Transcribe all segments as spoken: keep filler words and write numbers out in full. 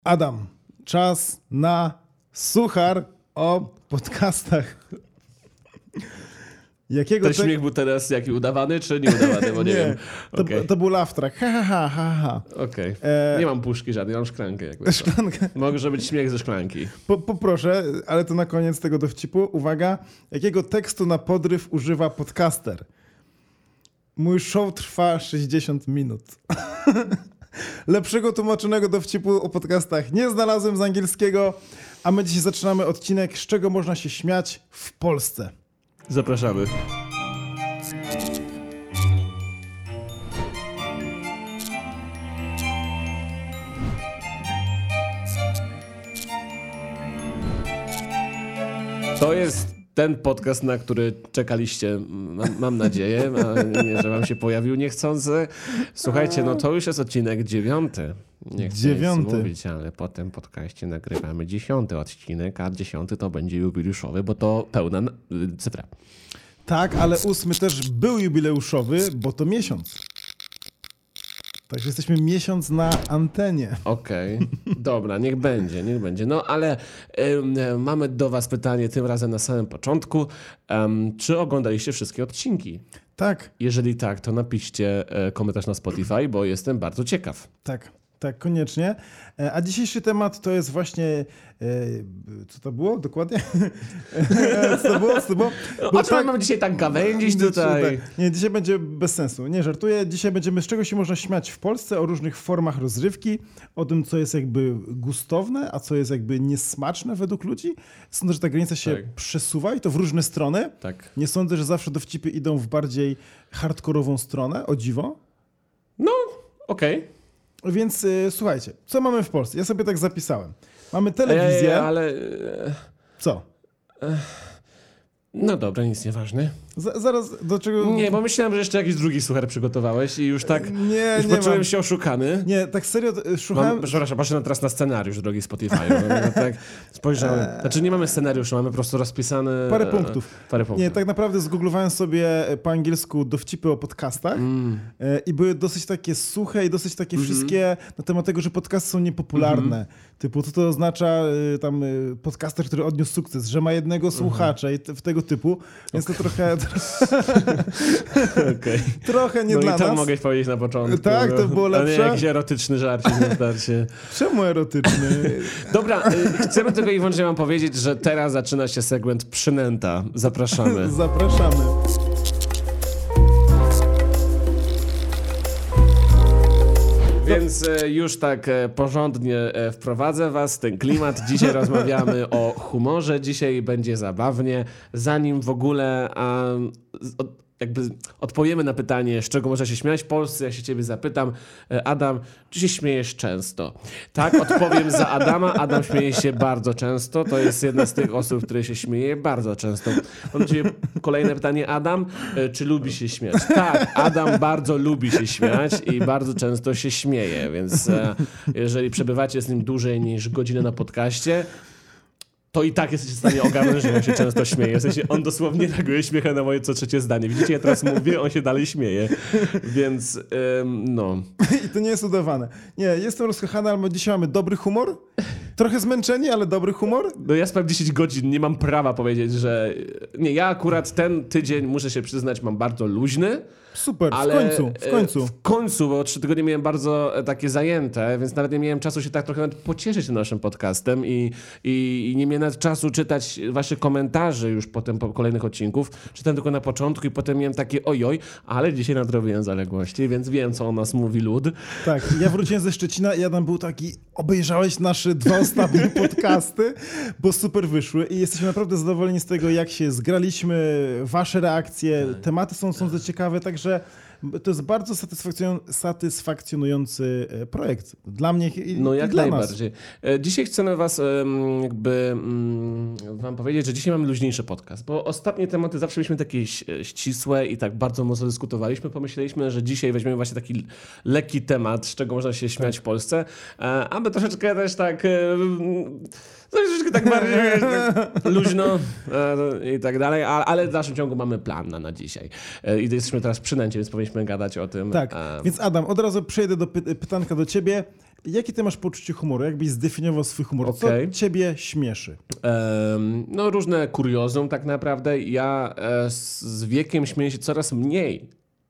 Adam, czas na suchar o podcastach. Jakiego Ten te... śmiech był teraz jaki udawany, czy nieudawany? Bo nie, nie wiem. To, Okay. to był laugh track. Ha, ha, ha, ha, ha. Okej. Okay. E... Nie mam puszki żadnej, mam szklankę. Jakby Szklankę. Może być śmiech ze szklanki. Po, poproszę, ale to na koniec tego dowcipu. Uwaga. Jakiego tekstu na podryw używa podcaster? Mój show trwa sześćdziesiąt minut. Lepszego tłumaczonego dowcipu o podcastach nie znalazłem z angielskiego, a my dzisiaj zaczynamy odcinek, z czego można się śmiać w Polsce. Zapraszamy. To jest ten podcast, na który czekaliście, mam, mam nadzieję, a nie, że wam się pojawił niechcący. Słuchajcie, no to już jest odcinek dziewiąty. Nie chcę Dziewiąty. nic mówić, ale po tym podcaście nagrywamy dziesiąty odcinek, a dziesiąty to będzie jubileuszowy, bo to pełna cyfra. Tak, ale ósmy też był jubileuszowy, bo to miesiąc. Także jesteśmy miesiąc na antenie. Okej, okay. Dobra, niech będzie, niech będzie. No ale y, mamy do was pytanie tym razem na samym początku. Um, czy oglądaliście wszystkie odcinki? Tak. Jeżeli tak, to napiszcie y, komentarz na Spotify, bo jestem bardzo ciekaw. Tak, tak, koniecznie. A dzisiejszy temat to jest właśnie... Co to było dokładnie? Co to było? Co to było? Bo o czym tak, mamy dzisiaj tak gawędzić tutaj? Tak. Nie, dzisiaj będzie bez sensu. Nie, żartuję. Dzisiaj będziemy z czego się można śmiać w Polsce, o różnych formach rozrywki, o tym, co jest jakby gustowne, a co jest jakby niesmaczne według ludzi. Sądzę, że ta granica się tak przesuwa i to w różne strony. Tak. Nie sądzę, że zawsze dowcipy idą w bardziej hardkorową stronę, o dziwo. No, okej. Okay. Więc y, słuchajcie, co mamy w Polsce? Ja sobie tak zapisałem. Mamy telewizję. Ej, ale... Co? No dobra, nic nieważne. Z- zaraz do czego... Nie, bo myślałem, że jeszcze jakiś drugi suchar przygotowałeś i już tak... Nie, już nie poczułem mam. się oszukany. Nie, tak serio szukałem... Mam, przepraszam, patrzę teraz na scenariusz, drogi Spotify. No, tak spojrzałem. Znaczy nie mamy scenariusza, mamy po prostu rozpisane... Parę punktów. Parę punktów. Nie, tak naprawdę zgooglowałem sobie po angielsku dowcipy o podcastach mm. i były dosyć takie suche i dosyć takie mm-hmm. wszystkie na temat tego, że podcasty są niepopularne. Mm-hmm. Typu, co to oznacza tam podcaster, który odniósł sukces, że ma jednego mm-hmm. słuchacza i te, w tego typu. Więc okay. to trochę... Okay. Trochę nie no dla i to nas. mogę powiedzieć na początku. Tak, to było lepsze. A nie jakiś erotyczny żarcik na starcie. Czemu erotyczny? Dobra, chcemy tylko i wyłącznie wam powiedzieć, że teraz zaczyna się segment przynęta. Zapraszamy. Zapraszamy. Więc już tak porządnie wprowadzę was w ten klimat. Dzisiaj rozmawiamy o humorze, dzisiaj będzie zabawnie. Zanim w ogóle a, od, jakby odpowiemy na pytanie, z czego można się śmiać w Polsce, ja się ciebie zapytam, Adam, czy się śmiejesz często? Tak, odpowiem za Adama. Adam śmieje się bardzo często. To jest jedna z tych osób, które się śmieje bardzo często. Mam do ciebie kolejne pytanie, Adam, czy lubi się śmiać? Tak, Adam bardzo lubi się śmiać i bardzo często się śmieje, więc jeżeli przebywacie z nim dłużej niż godzinę na podcaście, to i tak jesteście w stanie ogarnąć, że on się często śmieje. W sensie on dosłownie reaguje śmiechem na moje co trzecie zdanie. Widzicie, ja teraz mówię, on się dalej śmieje. Więc ym, no. I to nie jest udawane. Nie, jestem rozkochany, ale dzisiaj mamy dobry humor. Trochę zmęczeni, ale dobry humor. No ja spałem dziesięć godzin, nie mam prawa powiedzieć, że... Nie, ja akurat ten tydzień, muszę się przyznać, mam bardzo luźny. Super, ale w końcu, w końcu. W końcu, bo trzy tygodnie miałem bardzo takie zajęte, więc nawet nie miałem czasu się tak trochę nawet pocieszyć tym naszym podcastem i, i, i nie miałem nawet czasu czytać waszych komentarzy już potem po kolejnych odcinków. Czytałem tylko na początku i potem miałem takie ojoj, ale dzisiaj nadrobiłem zaległości, więc wiem, co o nas mówi lud. Tak, ja wróciłem ze Szczecina i Adam był taki, obejrzałeś nasze dwa ostatnie podcasty, bo super wyszły i jesteśmy naprawdę zadowoleni z tego, jak się zgraliśmy, wasze reakcje, tak. Tematy są, są ciekawe, także to jest bardzo satysfakcjonujący projekt. Dla mnie i, no i jak dla najbardziej. nas. Dzisiaj chcemy was jakby wam powiedzieć, że dzisiaj mamy luźniejszy podcast, bo ostatnie tematy zawsze byliśmy takie ścisłe i tak bardzo mocno dyskutowaliśmy. Pomyśleliśmy, że dzisiaj weźmiemy właśnie taki lekki temat, z czego można się śmiać w Polsce, aby troszeczkę też tak... Troszeczkę tak bardziej wiesz, tak luźno e, i tak dalej, ale, ale w dalszym ciągu mamy plan na, na dzisiaj. E, I jesteśmy teraz przynęcie, więc powinniśmy gadać o tym. Tak, e... więc Adam, od razu przejdę do py- pytanka do ciebie. Jakie ty masz poczucie humoru? Jakbyś zdefiniował swój humor? Okay. Co ciebie śmieszy? Um, no różne kuriozum tak naprawdę. Ja e, z, z wiekiem śmieję się coraz mniej.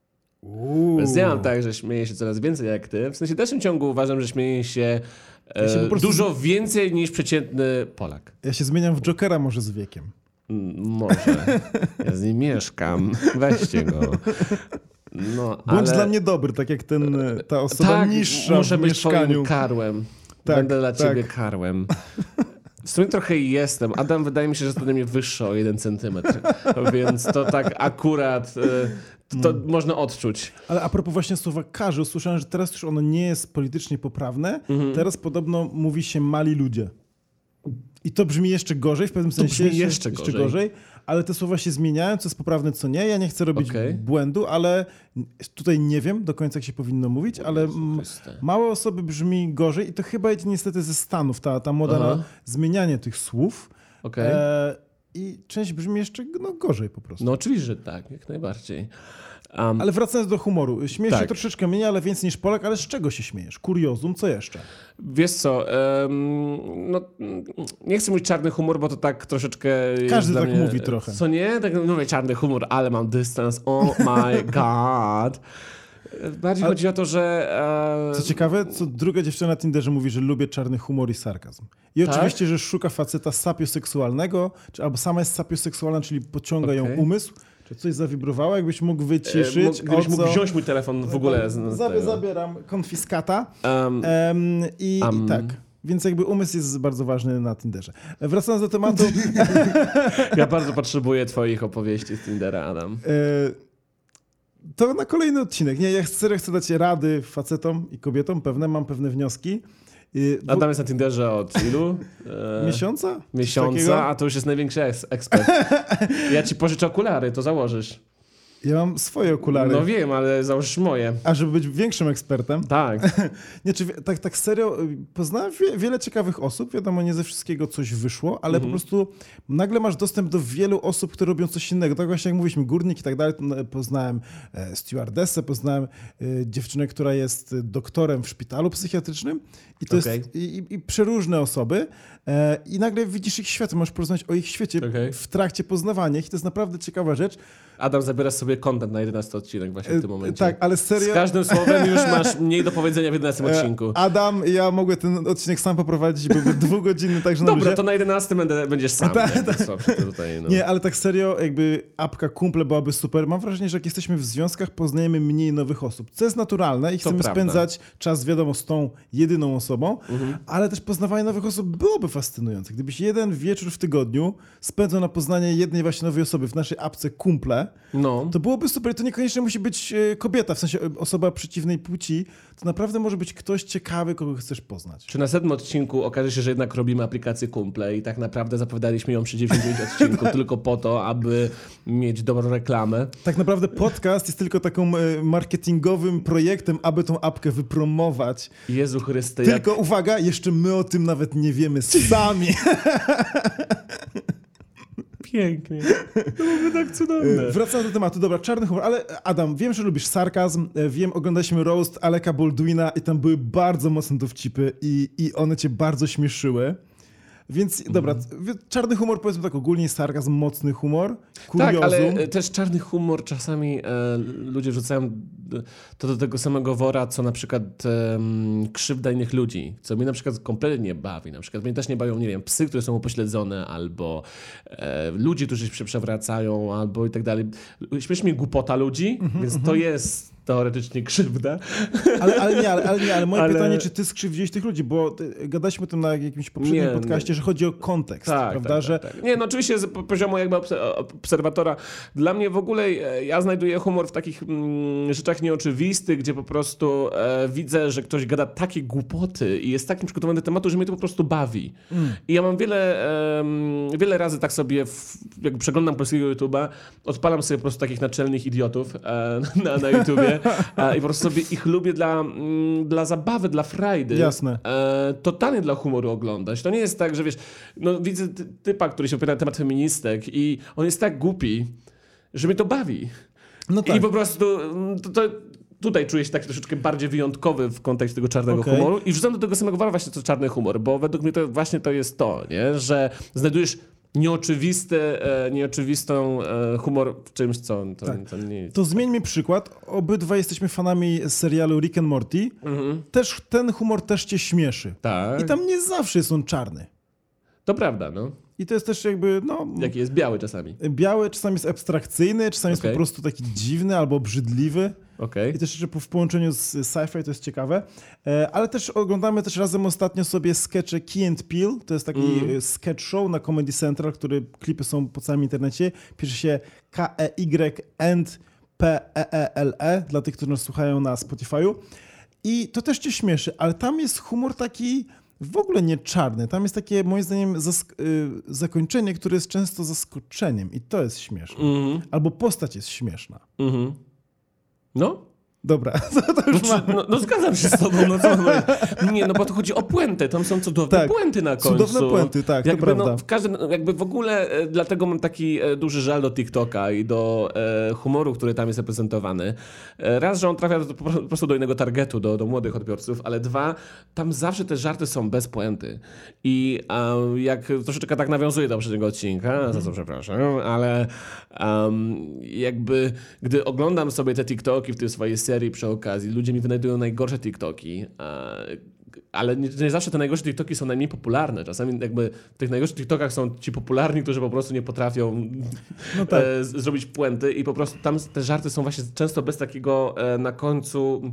Uuu. Więc ja mam tak, że śmieję się coraz więcej jak ty. W sensie w dalszym ciągu uważam, że śmieję się, e, Ja się po prostu dużo więcej niż przeciętny Polak. Ja się zmieniam w Jokera może z wiekiem. Mm, Może. Ja z nim mieszkam. Weźcie go. No, Bądź ale... dla mnie dobry, tak jak ten, ta osoba tak, niższa muszę w być mieszkaniu. twoim karłem. Tak, Będę dla tak. ciebie karłem. W sumie trochę jestem. Adam wydaje mi się, że jest ode mnie wyższy o jeden centymetr. Więc to tak akurat... To, to hmm. można odczuć. Ale a propos właśnie słowa karzy, usłyszałem, że teraz już ono nie jest politycznie poprawne. Mhm. Teraz podobno mówi się mali ludzie. I to brzmi jeszcze gorzej, w pewnym to sensie. Brzmi jeszcze, jeszcze gorzej. gorzej. Ale te słowa się zmieniają, co jest poprawne, co nie. Ja nie chcę robić okay. błędu, ale tutaj nie wiem do końca, jak się powinno mówić, ale małe osoby brzmi gorzej i to chyba niestety ze Stanów, ta, ta moda Aha. na zmienianie tych słów. Okay. E, I część brzmi jeszcze no, gorzej po prostu. No oczywiście, że tak, jak najbardziej. Um, ale wracając do humoru, śmiejesz tak. się troszeczkę mniej, ale więcej niż Polak, ale z czego się śmiejesz? Kuriozum, co jeszcze? Wiesz co, um, no, nie chcę mówić czarny humor, bo to tak troszeczkę... Każdy tak mnie, mówi trochę. Co nie? Tak mówię czarny humor, ale mam dystans, oh my god. Bardziej ale, chodzi o to, że... E... Co ciekawe, co druga dziewczyna na Tinderze mówi, że lubię czarny humor i sarkazm. I tak? oczywiście, że szuka faceta sapioseksualnego, czy albo sama jest sapioseksualna, czyli pociąga okay. ją umysł. Czy coś zawibrowało? Jakbyś mógł wyciszyć? E, Gdybyś mógł wziąć mój telefon w ogóle. Z Zab- zabieram konfiskata. Um, um, i, um. I tak. Więc jakby umysł jest bardzo ważny na Tinderze. Wracając do tematu... Ja bardzo potrzebuję twoich opowieści z Tindera, Adam. E- To na kolejny odcinek. Nie, ja serio chcę dać rady facetom i kobietom, pewne, mam pewne wnioski. Bo... Adam jest na Tinderze od ilu? E... Miesiąca? Miesiąca, a to już jest największy ekspert. Ja ci pożyczę okulary, to założysz. Ja mam swoje okulary. No wiem, ale założysz moje. A żeby być większym ekspertem? Tak. Nie, czy tak, tak serio, poznałem wie, wiele ciekawych osób, wiadomo, nie ze wszystkiego coś wyszło, ale mhm. po prostu nagle masz dostęp do wielu osób, które robią coś innego. Tak właśnie jak mówiliśmy, górnik i tak dalej, poznałem e, stewardessę, poznałem e, dziewczynę, która jest doktorem w szpitalu psychiatrycznym i to okay. jest i, i przeróżne osoby e, i nagle widzisz ich świat, możesz porozmawiać o ich świecie okay. w trakcie poznawania ich i to jest naprawdę ciekawa rzecz. Adam, zabierasz sobie content na jedenasty odcinek właśnie w tym momencie. Tak, ale serio... Z każdym słowem już masz mniej do powiedzenia w jedenastym odcinku. Adam, ja mogę ten odcinek sam poprowadzić, byłby dwugodzinny, także... Dobra, luzie. to na jedenastym będę, będziesz sam. Ta, nie? ta. Tutaj, no. Nie, ale tak serio, jakby apka Kumple byłaby super. Mam wrażenie, że jak jesteśmy w związkach, poznajemy mniej nowych osób, co jest naturalne i chcemy to spędzać prawda. czas, wiadomo, z tą jedyną osobą, mhm. ale też poznawanie nowych osób byłoby fascynujące. Gdybyś jeden wieczór w tygodniu spędzał na poznanie jednej właśnie nowej osoby w naszej apce Kumple, no. to byłoby super. To niekoniecznie musi być kobieta, w sensie osoba przeciwnej płci. To naprawdę może być ktoś ciekawy, kogo chcesz poznać. Czy na setnym odcinku okaże się, że jednak robimy aplikację Kumple i tak naprawdę zapowiadaliśmy ją przy dziewięćdziesiątym dziewiątym odcinku tylko po to, aby mieć dobrą reklamę. Tak naprawdę podcast jest tylko taką marketingowym projektem, aby tą apkę wypromować. Jezu Chryste. Tylko jak... uwaga, jeszcze my o tym nawet nie wiemy sami. Pięknie. To byłoby tak cudowne. Wracając do tematu. Dobra, czarny humor. Ale Adam, wiem, że lubisz sarkazm. Wiem, oglądaliśmy roast Aleka Baldwina i tam były bardzo mocne dowcipy i, i one cię bardzo śmieszyły. Więc dobra, mm. czarny humor, powiedzmy tak ogólnie, sarkazm, mocny humor, kuriozum. Tak, ale też czarny humor czasami e, ludzie wrzucają to do tego samego wora, co na przykład e, krzywda innych ludzi, co mnie na przykład kompletnie nie bawi. Na przykład mnie też nie bawią, nie wiem, psy, które są upośledzone, albo e, ludzie, którzy się przewracają, albo i tak dalej. Śmieszy mnie głupota ludzi, mm-hmm, więc mm-hmm. to jest teoretycznie krzywda. Ale, ale nie, ale, ale nie, ale moje ale... pytanie, czy ty skrzywdziłeś tych ludzi, bo gadaliśmy o tym na jakimś poprzednim nie, podcaście, nie. że chodzi o kontekst, tak, prawda? Tak, że... tak, tak. Nie, no oczywiście z poziomu jakby obserwatora. Dla mnie w ogóle ja znajduję humor w takich mm, rzeczach nieoczywistych, gdzie po prostu e, widzę, że ktoś gada takie głupoty i jest takim przygotowany do tematu, że mnie to po prostu bawi. Mm. I ja mam wiele, e, wiele razy tak sobie, w, jak przeglądam polskiego YouTube'a, odpalam sobie po prostu takich naczelnych idiotów e, na, na YouTubie e, i po prostu sobie ich lubię dla, m, dla zabawy, dla frajdy. Jasne. E, totalnie dla humoru oglądać. To nie jest tak, że wiesz, no widzę typa, który się opowiada na temat feministek i on jest tak głupi, że mnie to bawi. No tak. I po prostu to, to tutaj czuję się tak troszeczkę bardziej wyjątkowy w kontekście tego czarnego Okay. humoru i wrzucam do tego samego wora właśnie to czarny humor, bo według mnie to właśnie to jest to, nie? Że znajdujesz nieoczywisty, e, nieoczywistą e, humor w czymś, co to, Tak. to nie jest. To zmieńmy przykład. Obydwaj jesteśmy fanami serialu Rick and Morty. Mhm. Też, ten humor też cię śmieszy. Tak, I tam nie zawsze jest on czarny. to prawda, no. I to jest też jakby, no... Jaki jest biały czasami. Biały czasami jest abstrakcyjny, czasami jest Okay. po prostu taki dziwny albo obrzydliwy. Okej. I też jeszcze w połączeniu z sci-fi to jest ciekawe. E, ale też oglądamy też razem ostatnio sobie skecze Key and Peele. To jest taki Mm. sketch show na Comedy Central, który klipy są po całym internecie. Pisze się K E Y and P E E L E dla tych, którzy nas słuchają na Spotify'u. I to też cię śmieszy, ale tam jest humor taki w ogóle nie czarny. Tam jest takie, moim zdaniem, zask- y, zakończenie, które jest często zaskoczeniem i to jest śmieszne. Mhm. Albo postać jest śmieszna. Mhm. No. Dobra, to, to już No, mam. czy, no, no zgadzam się z tobą, no co? No, nie, no bo tu chodzi o puentę, tam są cudowne Tak, puenty na końcu. cudowne puenty, tak, to jakby, prawda. No, w każdym, jakby w ogóle e, dlatego mam taki e, duży żal do TikToka i do e, humoru, który tam jest reprezentowany. E, raz, że on trafia do, po prostu do innego targetu, do, do młodych odbiorców, ale dwa, tam zawsze te żarty są bez puenty. I a, jak troszeczkę tak nawiązuję do poprzedniego odcinka, za co przepraszam, ale um, jakby gdy oglądam sobie te TikToki w tej swojej serii przy okazji, ludzie mi wynajdują najgorsze TikToki, a, ale nie, nie zawsze te najgorsze TikToki są najmniej popularne. Czasami jakby w tych najgorszych TikTokach są ci popularni, którzy po prostu nie potrafią No tak. e, z- zrobić puenty i po prostu tam te żarty są właśnie często bez takiego e, na końcu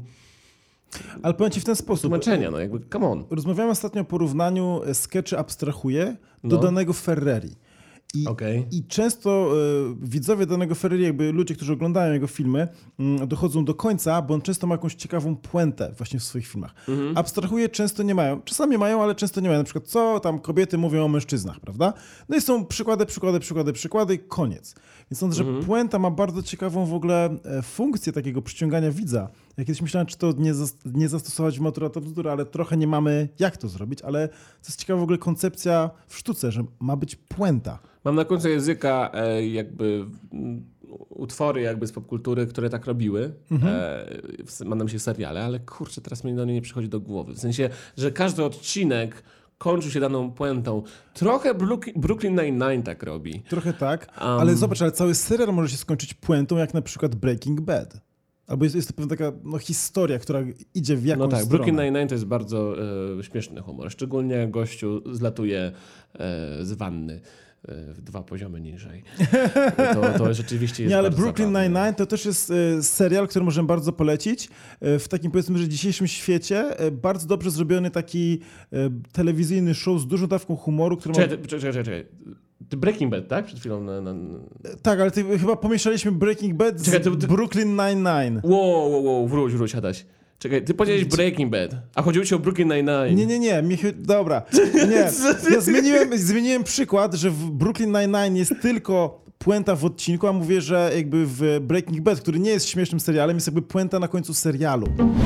Ale powiem ci w ten sposób. tłumaczenia, no jakby come on. Rozmawiałem ostatnio o porównaniu e, skeczy abstrahuje do No. danego Ferrari. I, Okej. I często e, widzowie danego Ferrari, jakby ludzie, którzy oglądają jego filmy, mm, dochodzą do końca, bo on często ma jakąś ciekawą puentę właśnie w swoich filmach. Mhm. Abstrahuje często nie mają. Czasami mają, ale często nie mają. Na przykład co tam kobiety mówią o mężczyznach, prawda? No i są przykłady, przykłady, przykłady, przykłady, koniec. Więc sądzę, Mhm. że puenta ma bardzo ciekawą w ogóle e, funkcję takiego przyciągania widza. Ja kiedyś myślałem, czy to nie, zas- nie zastosować w Matura to bzdura, ale trochę nie mamy jak to zrobić, ale to jest ciekawa w ogóle koncepcja w sztuce, że ma być puenta. Mam na końcu języka e, jakby mm, utwory jakby z popkultury, które tak robiły. Mhm. E, w- mam na myśli seriale, ale kurczę, teraz mi do niej nie przychodzi do głowy. W sensie, że każdy odcinek kończył się daną puentą. Trochę Brook- Brooklyn Nine-Nine tak robi. Trochę tak, Um. ale zobacz, ale cały serial może się skończyć puentą, jak na przykład Breaking Bad. Albo jest, jest to pewna taka no, historia, która idzie w jakąś No tak, stronę. Brooklyn Nine-Nine to jest bardzo e, śmieszny humor. Szczególnie jak gościu zlatuje e, z wanny e, w dwa poziomy niżej. To, to rzeczywiście jest Nie, ale bardzo Brooklyn zabawne. Nine-Nine to też jest e, serial, który możemy bardzo polecić. E, w takim, powiedzmy, że dzisiejszym świecie e, bardzo dobrze zrobiony taki e, telewizyjny show z dużą dawką humoru, który ma... Czekaj, ty- czekaj, czekaj, czekaj. Ty Breaking Bad, tak? Przed chwilą na... na... Tak, ale ty, chyba pomieszaliśmy Breaking Bad z Czekaj, ty- ty- Brooklyn Nine-Nine. Wow, wow, wow, wróć, wróć, Adaś. Czekaj, ty powiedziałeś Breaking Bad, a chodziło ci o Brooklyn Nine-Nine. Nie, nie, nie. Michu... Dobra. Nie. Ja zmieniłem, zmieniłem przykład, że w Brooklyn Nine-Nine jest tylko puenta w odcinku, a mówię, że jakby w Breaking Bad, który nie jest śmiesznym serialem, jest jakby puenta na końcu serialu.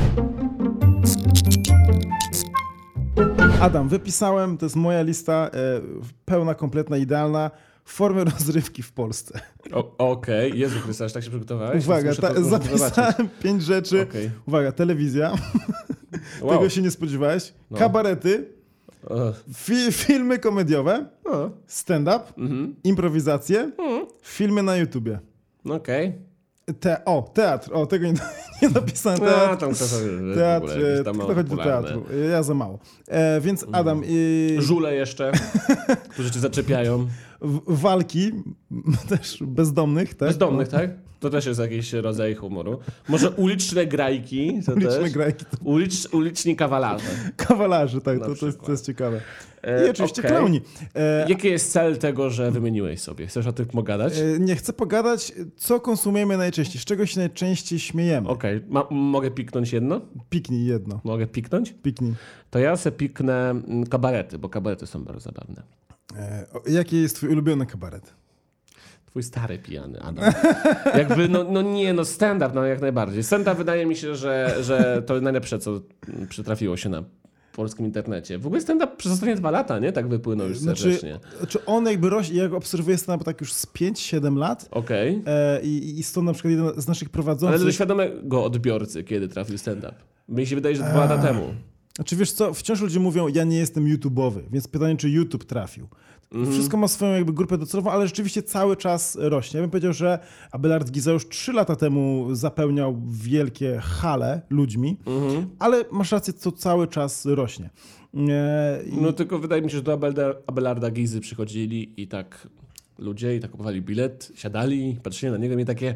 Adam, wypisałem, to jest moja lista e, pełna, kompletna, idealna, formy rozrywki w Polsce. O- Okej, Jezu Chryste, aż tak się przygotowałeś? Uwaga, Muszę ta, to- muszę to zobaczyć. zapisałem pięć rzeczy. Okej. Uwaga, telewizja, Wow. tego się nie spodziewałeś, No. kabarety, O. fi, filmy komediowe, O. stand-up, Mhm. improwizacje, Mhm. filmy na YouTubie. Okej. Te, o, teatr, o, tego nie, nie napisałem. No, Teatr, tam to sobie teatr, w ogóle jakieś e, tam kto mało chodzi do popularne. teatru? Ja za mało. E, więc Adam, y, Żule jeszcze, którzy cię zaczepiają. w, walki, też bezdomnych, tak? Bezdomnych, tak? To też jest jakiś rodzaj humoru. Może uliczne grajki, to Uliczne też. grajki, to Ulicz, uliczni kawalarze. kawalarzy, tak, Na to, to, jest, przykład. to jest ciekawe. E, I oczywiście okej. klauni. E, Jaki jest cel tego, że wymieniłeś sobie? Chcesz o tym pogadać? e, nie chcę pogadać, co konsumujemy najczęściej, z czego się najczęściej śmiejemy. Okej, Ma- mogę piknąć jedno? Piknij jedno, Mogę piknąć? piknij. To ja se piknę mm, kabarety, bo kabarety są bardzo zabawne. E, o, jaki jest twój ulubiony kabaret? Twój stary pijany, Adam. Jakby, no, no nie, no stand-up, no jak najbardziej. Stand-up wydaje mi się, że, że to najlepsze, co przytrafiło się na polskim internecie. W ogóle stand-up przez ostatnie dwa lata, nie? Tak wypłynął już serdecznie. Znaczy, znaczy on jakby rośnie, ja obserwuję stand-up tak już z pięć siedem lat. Okej. Okay. E, i, I stąd na przykład jeden z naszych prowadzących... Ale do świadomego odbiorcy, kiedy trafił stand-up? Mi się wydaje, że dwa lata temu. Znaczy wiesz co, wciąż ludzie mówią, ja nie jestem YouTube'owy, więc pytanie, czy YouTube trafił. Mm-hmm. Wszystko ma swoją jakby grupę docelową, ale rzeczywiście cały czas rośnie. Ja bym powiedział, że Abelard Giza już trzy lata temu zapełniał wielkie hale ludźmi, mm-hmm. ale masz rację, to cały czas rośnie. E, i... No tylko wydaje mi się, że do Abelarda Gizy przychodzili i tak ludzie i tak kupowali bilet, siadali, patrzyli na niego i takie,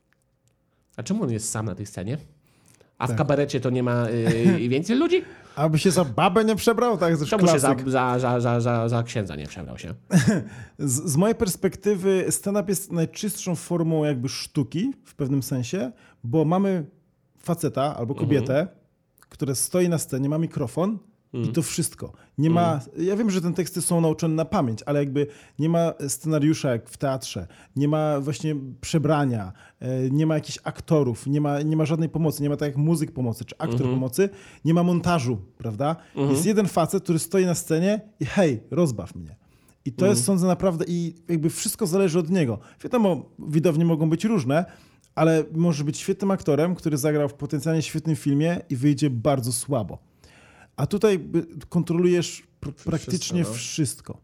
a czemu on jest sam na tej scenie? A w tak. kabarecie to nie ma yy, więcej ludzi? Aby się za babę nie przebrał? Tak, czemu się za, za, za, za, za, za księdza nie przebrał się? z, z mojej perspektywy stand-up jest najczystszą formą jakby sztuki w pewnym sensie, bo mamy faceta albo kobietę, mhm. która stoi na scenie, ma mikrofon, Mm. I to wszystko. Nie ma, mm. ja wiem, że te teksty są nauczone na pamięć, ale jakby nie ma scenariusza jak w teatrze, nie ma właśnie przebrania, nie ma jakichś aktorów, nie ma, nie ma żadnej pomocy, nie ma tak jak muzyk pomocy czy aktor mm-hmm. pomocy, nie ma montażu, prawda? Mm-hmm. Jest jeden facet, który stoi na scenie i hej, rozbaw mnie. I to mm. jest, sądzę, naprawdę i jakby wszystko zależy od niego. Wiadomo, widownie mogą być różne, ale może być świetnym aktorem, który zagrał w potencjalnie świetnym filmie i wyjdzie bardzo słabo. A tutaj kontrolujesz pr- praktycznie wszystko, no. wszystko.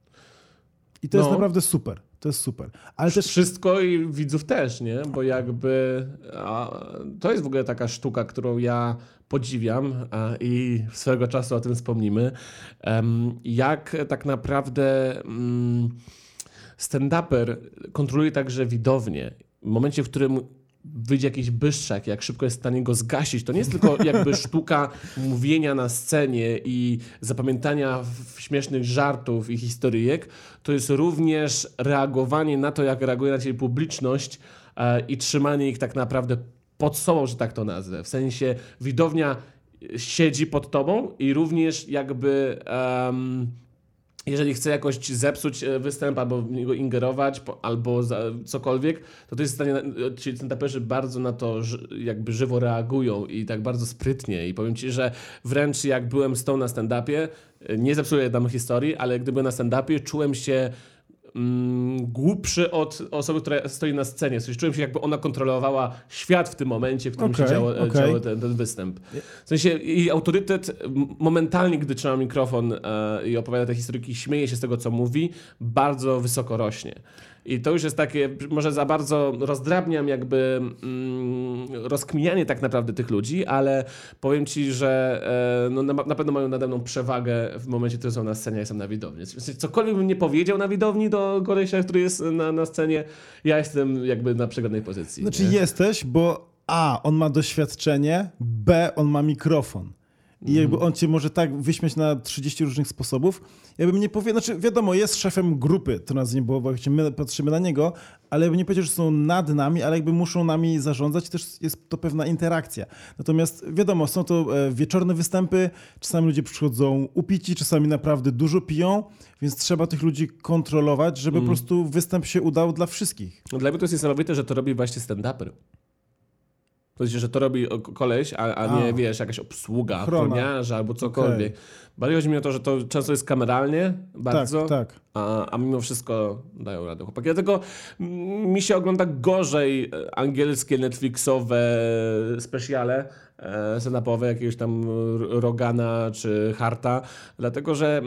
I to no. jest naprawdę super. To jest super. Ale też... Wszystko i widzów też, nie? Bo jakby a, to jest w ogóle taka sztuka, którą ja podziwiam a, i swego czasu o tym wspomnimy. Um, jak tak naprawdę um, stand-uper kontroluje także widownię. W momencie, w którym wyjdzie jakiś bystrzak, jak szybko jest w stanie go zgasić. To nie jest tylko jakby sztuka mówienia na scenie i zapamiętania śmiesznych żartów i historyjek. To jest również reagowanie na to, jak reaguje na ciebie publiczność e, i trzymanie ich tak naprawdę pod sobą, że tak to nazwę. W sensie widownia siedzi pod tobą i również jakby... Um, jeżeli chce jakoś zepsuć występ albo w niego ingerować albo za, cokolwiek, to to jest w stanie, ci stand-uperzy bardzo na to jakby żywo reagują i tak bardzo sprytnie. I powiem ci, że wręcz jak byłem z tą na stand-upie, nie zepsuję tam historii, ale gdy byłem na stand-upie, czułem się mm, głupszy od osoby, która stoi na scenie. W sensie czułem się, jakby ona kontrolowała świat w tym momencie, w którym okay, się działo, okay. działo ten, ten występ. W sensie jej autorytet momentalnie, gdy trzyma mikrofon e, i opowiada te historyjki, śmieje się z tego, co mówi, bardzo wysoko rośnie. I to już jest takie, może za bardzo rozdrabniam jakby mm, rozkminianie tak naprawdę tych ludzi, ale powiem ci, że e, no, na, na pewno mają nade mną przewagę w momencie, kiedy są na scenie, ja jestem na widowni. Cokolwiek bym nie powiedział na widowni do kolesia, który jest na, na scenie, ja jestem jakby na przegranej pozycji. Znaczy nie? jesteś, bo A, on ma doświadczenie, B, on ma mikrofon. I jakby on cię może tak wyśmiać na trzydzieści różnych sposobów. Ja bym nie powiedział, znaczy wiadomo, jest szefem grupy, to nas nie było, bo my patrzymy na niego, ale ja bym nie powiedział, że są nad nami, ale jakby muszą nami zarządzać, też jest to pewna interakcja. Natomiast wiadomo, są to wieczorne występy, czasami ludzie przychodzą upici, czasami naprawdę dużo piją, więc trzeba tych ludzi kontrolować, żeby mm. po prostu występ się udał dla wszystkich. No, dla mnie to jest niesamowite, że to robi właśnie stand-uper. To znaczy, że to robi koleś, a, a nie, a. wiesz, jakaś obsługa, ochroniarza albo cokolwiek. Okay. Bardziej chodzi mi o to, że to często jest kameralnie, bardzo, tak, tak. A, a mimo wszystko dają radę chłopaki. Dlatego mi się ogląda gorzej angielskie, netflixowe specjale e, stand-upowe, jakiegoś tam Rogana czy Harta, dlatego że...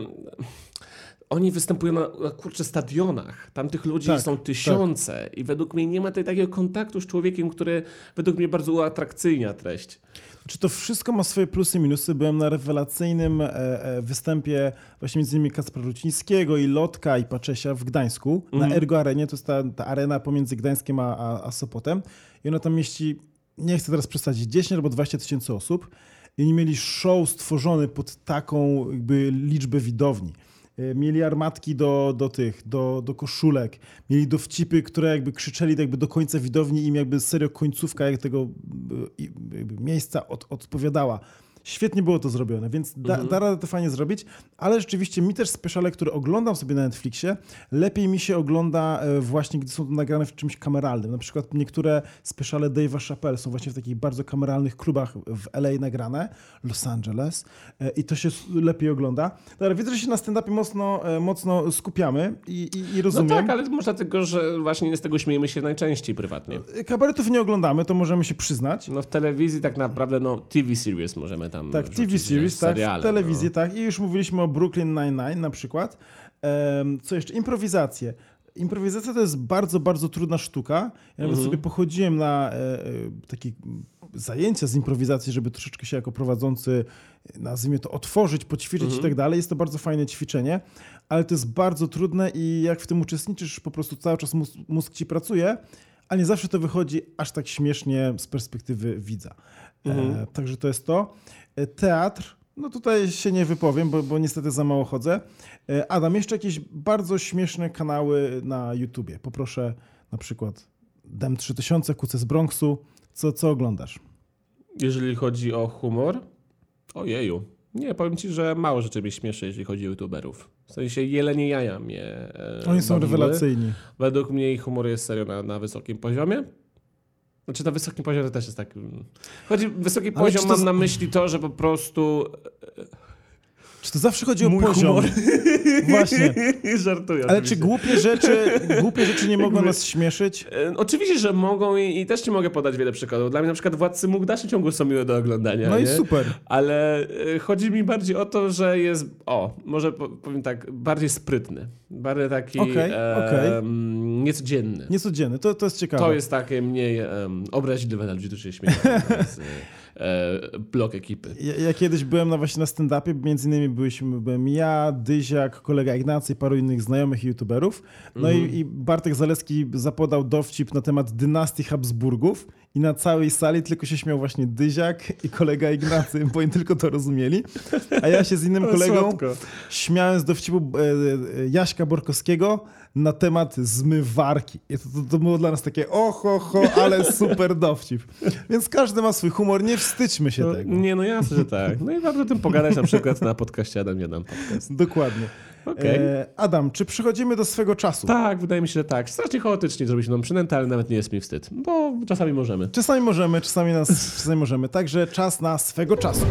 Oni występują na, na kurczę stadionach. Tam tych ludzi tak, są tysiące tak. i według mnie nie ma tej takiego kontaktu z człowiekiem, który według mnie bardzo uatrakcyjnia treść. Czy to wszystko ma swoje plusy i minusy? Byłem na rewelacyjnym e, e, występie właśnie między innymi Kacpra Rucińskiego i Lotka i Paczesia w Gdańsku mm. na Ergo Arenie. To jest ta, ta arena pomiędzy Gdańskiem a, a, a Sopotem. I ona tam mieści, nie chcę teraz przesadzić, dziesięć albo dwadzieścia tysięcy osób. I oni mieli show stworzony pod taką jakby liczbę widowni. Mieli armatki do, do tych, do, do koszulek, mieli dowcipy, które jakby krzyczeli jakby do końca widowni, im jakby serio końcówka jak tego jakby miejsca od, odpowiadała. Świetnie było to zrobione, więc da, Mhm. da radę to fajnie zrobić, ale rzeczywiście mi też speciale, które oglądam sobie na Netflixie, lepiej mi się ogląda e, właśnie, gdy są to nagrane w czymś kameralnym. Na przykład niektóre speciale Dave'a Chappelle są właśnie w takich bardzo kameralnych klubach w L A nagrane, Los Angeles, e, i to się s- lepiej ogląda. Dobra, widzę, że się na stand-upie mocno, e, mocno skupiamy i, i, i No rozumiem. tak, ale może dlatego, że właśnie z tego śmiejemy się najczęściej prywatnie. Kabaretów nie oglądamy, to możemy się przyznać. No w telewizji tak naprawdę, no T V series możemy tam Tak, wrzucić, T V series, nie? tak, Seriale, telewizję, no. tak. I już mówiliśmy o Brooklyn Nine-Nine na przykład. Em, co jeszcze? Improwizacje. Improwizacja to jest bardzo, bardzo trudna sztuka. Ja nawet Mhm. sobie pochodziłem na e, e, takie zajęcia z improwizacji, żeby troszeczkę się jako prowadzący, e, nazwijmy to, otworzyć, poćwiczyć Mhm. i tak dalej. Jest to bardzo fajne ćwiczenie, ale to jest bardzo trudne i jak w tym uczestniczysz, po prostu cały czas mózg, mózg ci pracuje, a nie zawsze to wychodzi aż tak śmiesznie z perspektywy widza. Mhm. E, także to jest to. E, teatr, no tutaj się nie wypowiem, bo, bo niestety za mało chodzę. E, Adam, jeszcze jakieś bardzo śmieszne kanały na YouTubie. Poproszę na przykład Dem trzy tysiące, Kuce z Bronxu. Co, co oglądasz? Jeżeli chodzi o humor, ojeju. Nie, powiem ci, że mało rzeczy mnie śmieszy, jeżeli chodzi o youtuberów. W sensie jelenie jaja mnie e, Oni są bawiły. rewelacyjni. Według mnie ich humor jest serio na, na wysokim poziomie. Znaczy na wysokim poziomie też jest tak... mm. Chodzi, wysoki Ale poziom czy to mam z- na myśli to, że po prostu Czy to zawsze chodzi o mój poziom? humor... Właśnie. Żartuję Ale oczywiście. czy głupie rzeczy, głupie rzeczy nie mogą Jakby- nas śmieszyć? E, Oczywiście, że mogą i, i też ci mogę podać wiele przykładów. Dla mnie na przykład Władcy Mógł w dalszym ciągu są miłe do oglądania. No i nie? super. Ale e, chodzi mi bardziej o to, że jest, o, może po- powiem tak, bardziej sprytny. Bardziej taki Okej, e, okej. m, niecodzienny. Niecodzienny, to, to jest ciekawe. To jest takie mniej um, obraźliwe dla ludzi, którzy się śmieją. z, e, blok ekipy. Ja, ja kiedyś byłem na właśnie na stand-upie, między innymi byliśmy, byłem ja, Dyziak, kolega Ignacy i paru innych znajomych youtuberów. No Mhm. i, i Bartek Zaleski zapodał dowcip na temat dynastii Habsburgów i na całej sali tylko się śmiał właśnie Dyziak i kolega Ignacy, bo oni tylko to rozumieli. A ja się z innym O, kolegą słodko. śmiałem z dowcipu e, e, Jaśka Borkowskiego na temat zmywarki. I to, to, to było dla nas takie oho, ho, ale super dowcip. Więc każdy ma swój humor, nie wstydźmy się No, tego. nie, no jasne, że tak. No i warto o tym pogadać na przykład na podcaście Adam Jeden Podcast. Dokładnie. Okej. E, Adam, czy przechodzimy do swego czasu? Tak, wydaje mi się, że tak. Strasznie chaotycznie zrobić nam przynętę, ale nawet nie jest mi wstyd, bo czasami możemy. Czasami możemy, czasami, nas, czasami możemy. Także czas na swego czasu.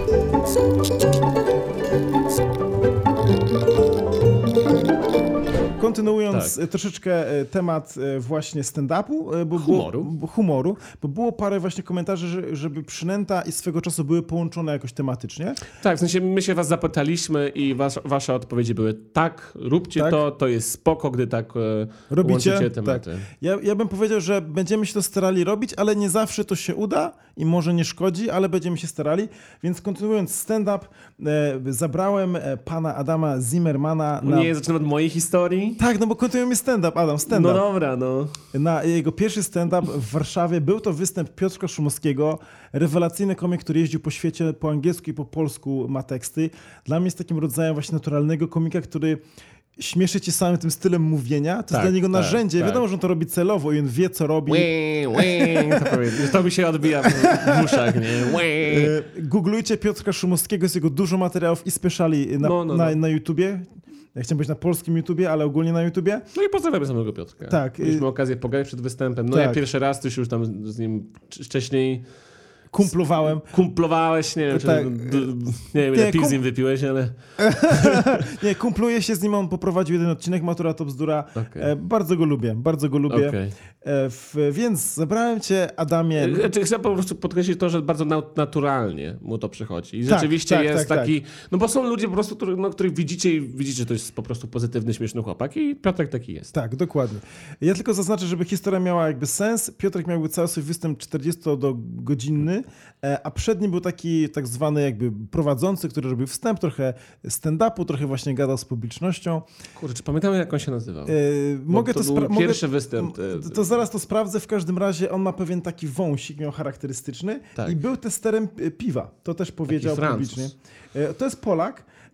Kontynuując Tak. e, troszeczkę e, temat e, właśnie stand-upu, e, bo Humoru. Było, bo humoru, bo było parę właśnie komentarzy, że, żeby przynęta i swego czasu były połączone jakoś tematycznie. Tak, w sensie my się was zapytaliśmy i was, wasze odpowiedzi były tak, róbcie Tak. to, to jest spoko, gdy tak e, Robicie? łączycie tematy. Ja, ja bym powiedział, że będziemy się to starali robić, ale nie zawsze to się uda i może nie szkodzi, ale będziemy się starali. Więc kontynuując stand-up, e, zabrałem e, pana Adama Zimmermana na... Nie, zaczynam od mojej historii. Tak, no bo kontynuujemy stand-up, Adam, stand-up. No dobra, no. Na jego pierwszy stand-up w Warszawie był to występ Piotrka Szumowskiego, rewelacyjny komik, który jeździł po świecie, po angielsku i po polsku ma teksty. Dla mnie jest takim rodzajem właśnie naturalnego komika, który śmieszy cię samym tym stylem mówienia. To Tak, jest dla niego tak, narzędzie. tak. Wiadomo, że on to robi celowo i on wie, co robi. Łe, łe, to, powiem. To mi się odbija w, w uszach, nie? Łe. E, Googlujcie Piotrka Szumowskiego, jest jego dużo materiałów i speciali na, No, no, na, no. na YouTubie. Ja chciałem być na polskim YouTubie, ale ogólnie na YouTubie. No i pozdrawiamy samego Piotrka. Tak, Mieliśmy y- okazję pogadać przed występem. No Tak. ja pierwszy raz, ty się już tam z nim wcz- wcześniej Kumplowałem. kumplowałeś, nie wiem, czy, Tak. d, nie wiem ile Nie, piw z kum- nim wypiłeś, ale... Nie, kumpluję się z nim, on poprowadził jeden odcinek Matura to bzdura. Okej. E, bardzo go lubię, bardzo go lubię. Okej. E, w, więc zabrałem cię, Adamie. Znaczy, chcę po prostu podkreślić to, że bardzo nat- naturalnie mu to przychodzi. I Tak, rzeczywiście tak, jest tak, taki... No bo są ludzie po prostu, których, no, których widzicie i widzicie, że to jest po prostu pozytywny, śmieszny chłopak i Piotrek taki jest. Tak, dokładnie. Ja tylko zaznaczę, żeby historia miała jakby sens. Piotrek miałby cały swój występ czterdziestogodzinny, e, a przed nim był taki tak zwany jakby prowadzący, który robił wstęp, trochę stand-upu, trochę właśnie gadał z publicznością. Kurczę, czy pamiętamy jak on się nazywał? E, Bo mogę to, to spra- był mogę- pierwszy występ. e, To, to zaraz to sprawdzę. W każdym razie on ma pewien taki wąsik, miał charakterystyczny Tak. i był testerem e, piwa. To też powiedział Francuz. publicznie. E, To jest Polak.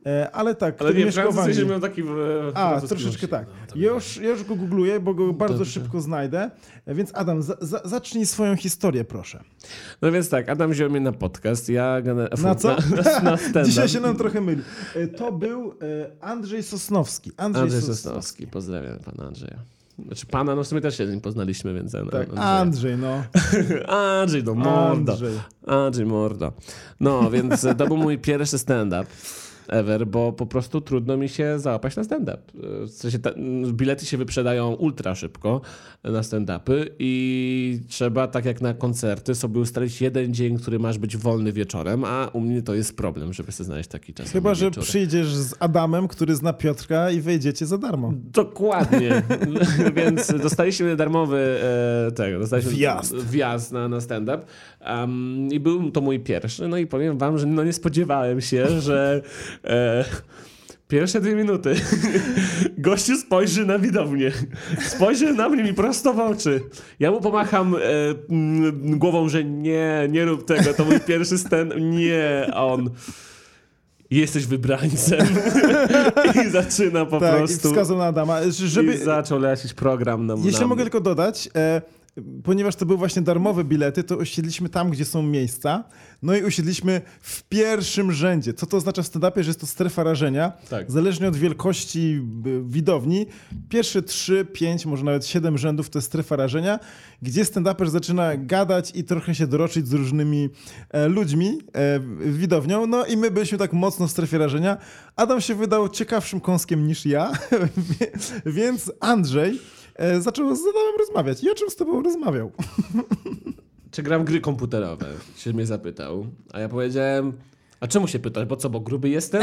E, ale tak, Ale który nie, mieszkał w Francuz Anglii. miał taki... W, A, troszeczkę tak. Ja już, ja już go googluję, bo go bardzo Dobrze. szybko znajdę. Więc Adam, za, za, zacznij swoją historię, proszę. No więc tak, Adam wziął mnie na podcast, ja... Na co? Na, na stand-up. Dzisiaj się nam trochę myli. To był Andrzej Sosnowski. Andrzej, Andrzej Sosnowski. Sosnowski, pozdrawiam pana Andrzeja. Znaczy pana, no w sumie też się z nim poznaliśmy, więc... Tak, Andrzej, Andrzej no. Andrzej, no mordo. Andrzej. Andrzej, mordo. No, więc to był mój pierwszy stand-up ever, bo po prostu trudno mi się załapać na stand-up. W sensie ta, bilety się wyprzedają ultra szybko na stand-upy i trzeba, tak jak na koncerty, sobie ustalić jeden dzień, który masz być wolny wieczorem, a u mnie to jest problem, żeby sobie znaleźć taki czas. Chyba, że przyjdziesz z Adamem, który zna Piotrka i wejdziecie za darmo. Dokładnie. Więc dostaliśmy darmowy e, tego, dostaliśmy wjazd, wjazd na, na stand-up um, i był to mój pierwszy. No i powiem wam, że no nie spodziewałem się, że E, pierwsze dwie minuty gościu spojrzy na widownię. Spojrzy na mnie mi prosto w oczy. Ja mu pomacham e, m, głową, że nie, nie rób tego, to mój pierwszy stand. Nie, a on... Jesteś wybrańcem. I zaczyna po tak, prostu... i wskazał na Adama. Żeby... I zaczął lecieć program na Jeśli na mogę tylko dodać... E... Ponieważ to były właśnie darmowe bilety, to usiedliśmy tam, gdzie są miejsca. No i usiedliśmy w pierwszym rzędzie. Co to oznacza w stand-upie? Że jest to strefa rażenia. Tak. Zależnie od wielkości widowni. Pierwsze trzy, pięć, może nawet siedem rzędów to jest strefa rażenia, gdzie stand-uper zaczyna gadać i trochę się doroczyć z różnymi e, ludźmi, e, widownią. No i my byliśmy tak mocno w strefie rażenia. Adam się wydał ciekawszym kąskiem niż ja, więc Andrzej E, zaczął z Adamem rozmawiać. I o czym z tobą rozmawiał? Czy gram gry komputerowe? Się mnie zapytał. A ja powiedziałem, a czemu się pytasz? Bo co, bo gruby jestem?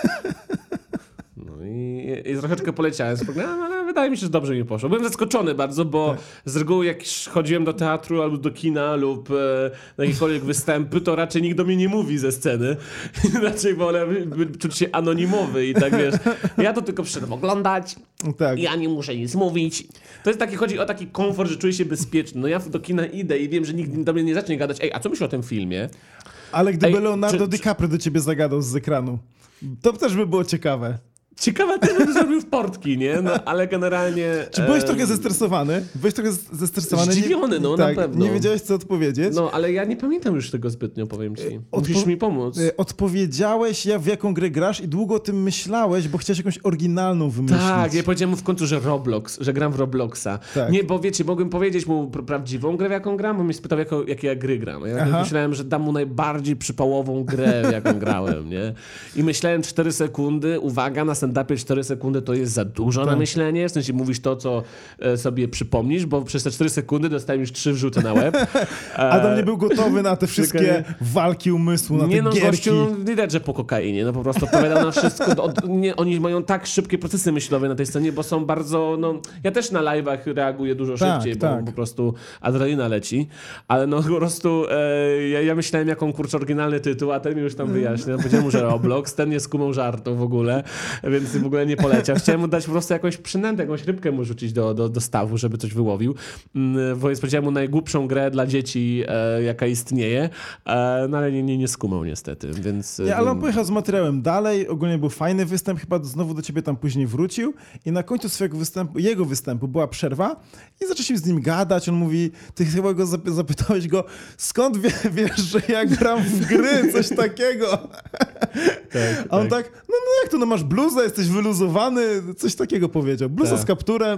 No i, i troszeczkę poleciałem z programem, ale wydaje mi się, że dobrze mi poszło. Byłem zaskoczony bardzo, bo tak. z reguły jak chodziłem do teatru albo do kina lub e, na jakiekolwiek występy, to raczej nikt do mnie nie mówi ze sceny. Raczej wolę czuć się anonimowy i tak wiesz. Ja to tylko przyszedłem oglądać. Tak. Ja nie muszę nic mówić. To jest taki, chodzi o taki komfort, że czuję się bezpieczny. No ja do kina idę i wiem, że nikt do mnie nie zacznie gadać. Ej, a co myślisz o tym filmie? Ale gdyby Ej, Leonardo czy, DiCaprio do ciebie zagadał z ekranu, to też by było ciekawe. Ciekawe też bym zrobił w portki, nie? No, ale generalnie... Czy byłeś um... trochę zestresowany? Byłeś trochę zestresowany? Zdziwiony, no tak, na pewno. Nie wiedziałeś, co odpowiedzieć? No, ale ja nie pamiętam już tego zbytnio, powiem ci. Musisz Odpo... mi pomóc. Odpowiedziałeś, ja w jaką grę grasz i długo o tym myślałeś, bo chciałeś jakąś oryginalną wymyślić. Tak, ja powiedziałem mu w końcu, że Roblox, że gram w Robloxa. Tak. Nie, bo wiecie, mogłem powiedzieć mu prawdziwą grę, w jaką gram, bo mnie spytał, jako, jakie ja gry gram. Ja Aha. myślałem, że dam mu najbardziej przypałową grę, w jaką grałem, nie? I myślałem cztery sekundy, uwaga, na stand-upie cztery sekundy to jest za dużo tak. na myślenie, w sensie mówisz to, co e, sobie przypomnisz, bo przez te cztery sekundy dostałem już trzy wrzuty na łeb. E, Adam nie był gotowy na te wszystkie walki umysłu, na nie te no, gierki. Gościu, widać, że po kokainie, no po prostu odpowiadał na wszystko. Od, nie, oni mają tak szybkie procesy myślowe na tej scenie, bo są bardzo, no, ja też na live'ach reaguję dużo tak, szybciej, tak. bo po prostu adrenalina leci, ale no po prostu e, ja, ja myślałem, jaką kurczę oryginalny tytuł, a ten mi już tam wyjaśniał. Powiedziałem mu, że Roblox, ten nie skumał żartu w ogóle, więc w ogóle nie poleciał. Chciałem mu dać po prostu jakąś przynętę, jakąś rybkę mu rzucić do, do, do stawu, żeby coś wyłowił. Bo powiedziałem mu najgłupszą grę dla dzieci, e, jaka istnieje, e, no ale nie, nie, nie skumał niestety, więc... Nie, ale on pojechał z materiałem dalej, ogólnie był fajny występ, chyba znowu do ciebie tam później wrócił i na końcu swojego występu, jego występu była przerwa i zaczęliśmy z nim gadać, on mówi, ty chyba go zapy- zapytałeś go, skąd wie, wiesz, że ja gram w gry, coś takiego. Tak, a on tak, tak no, no jak to, no masz bluzę, jesteś wyluzowany, coś takiego powiedział. Bluza tak. z kapturem.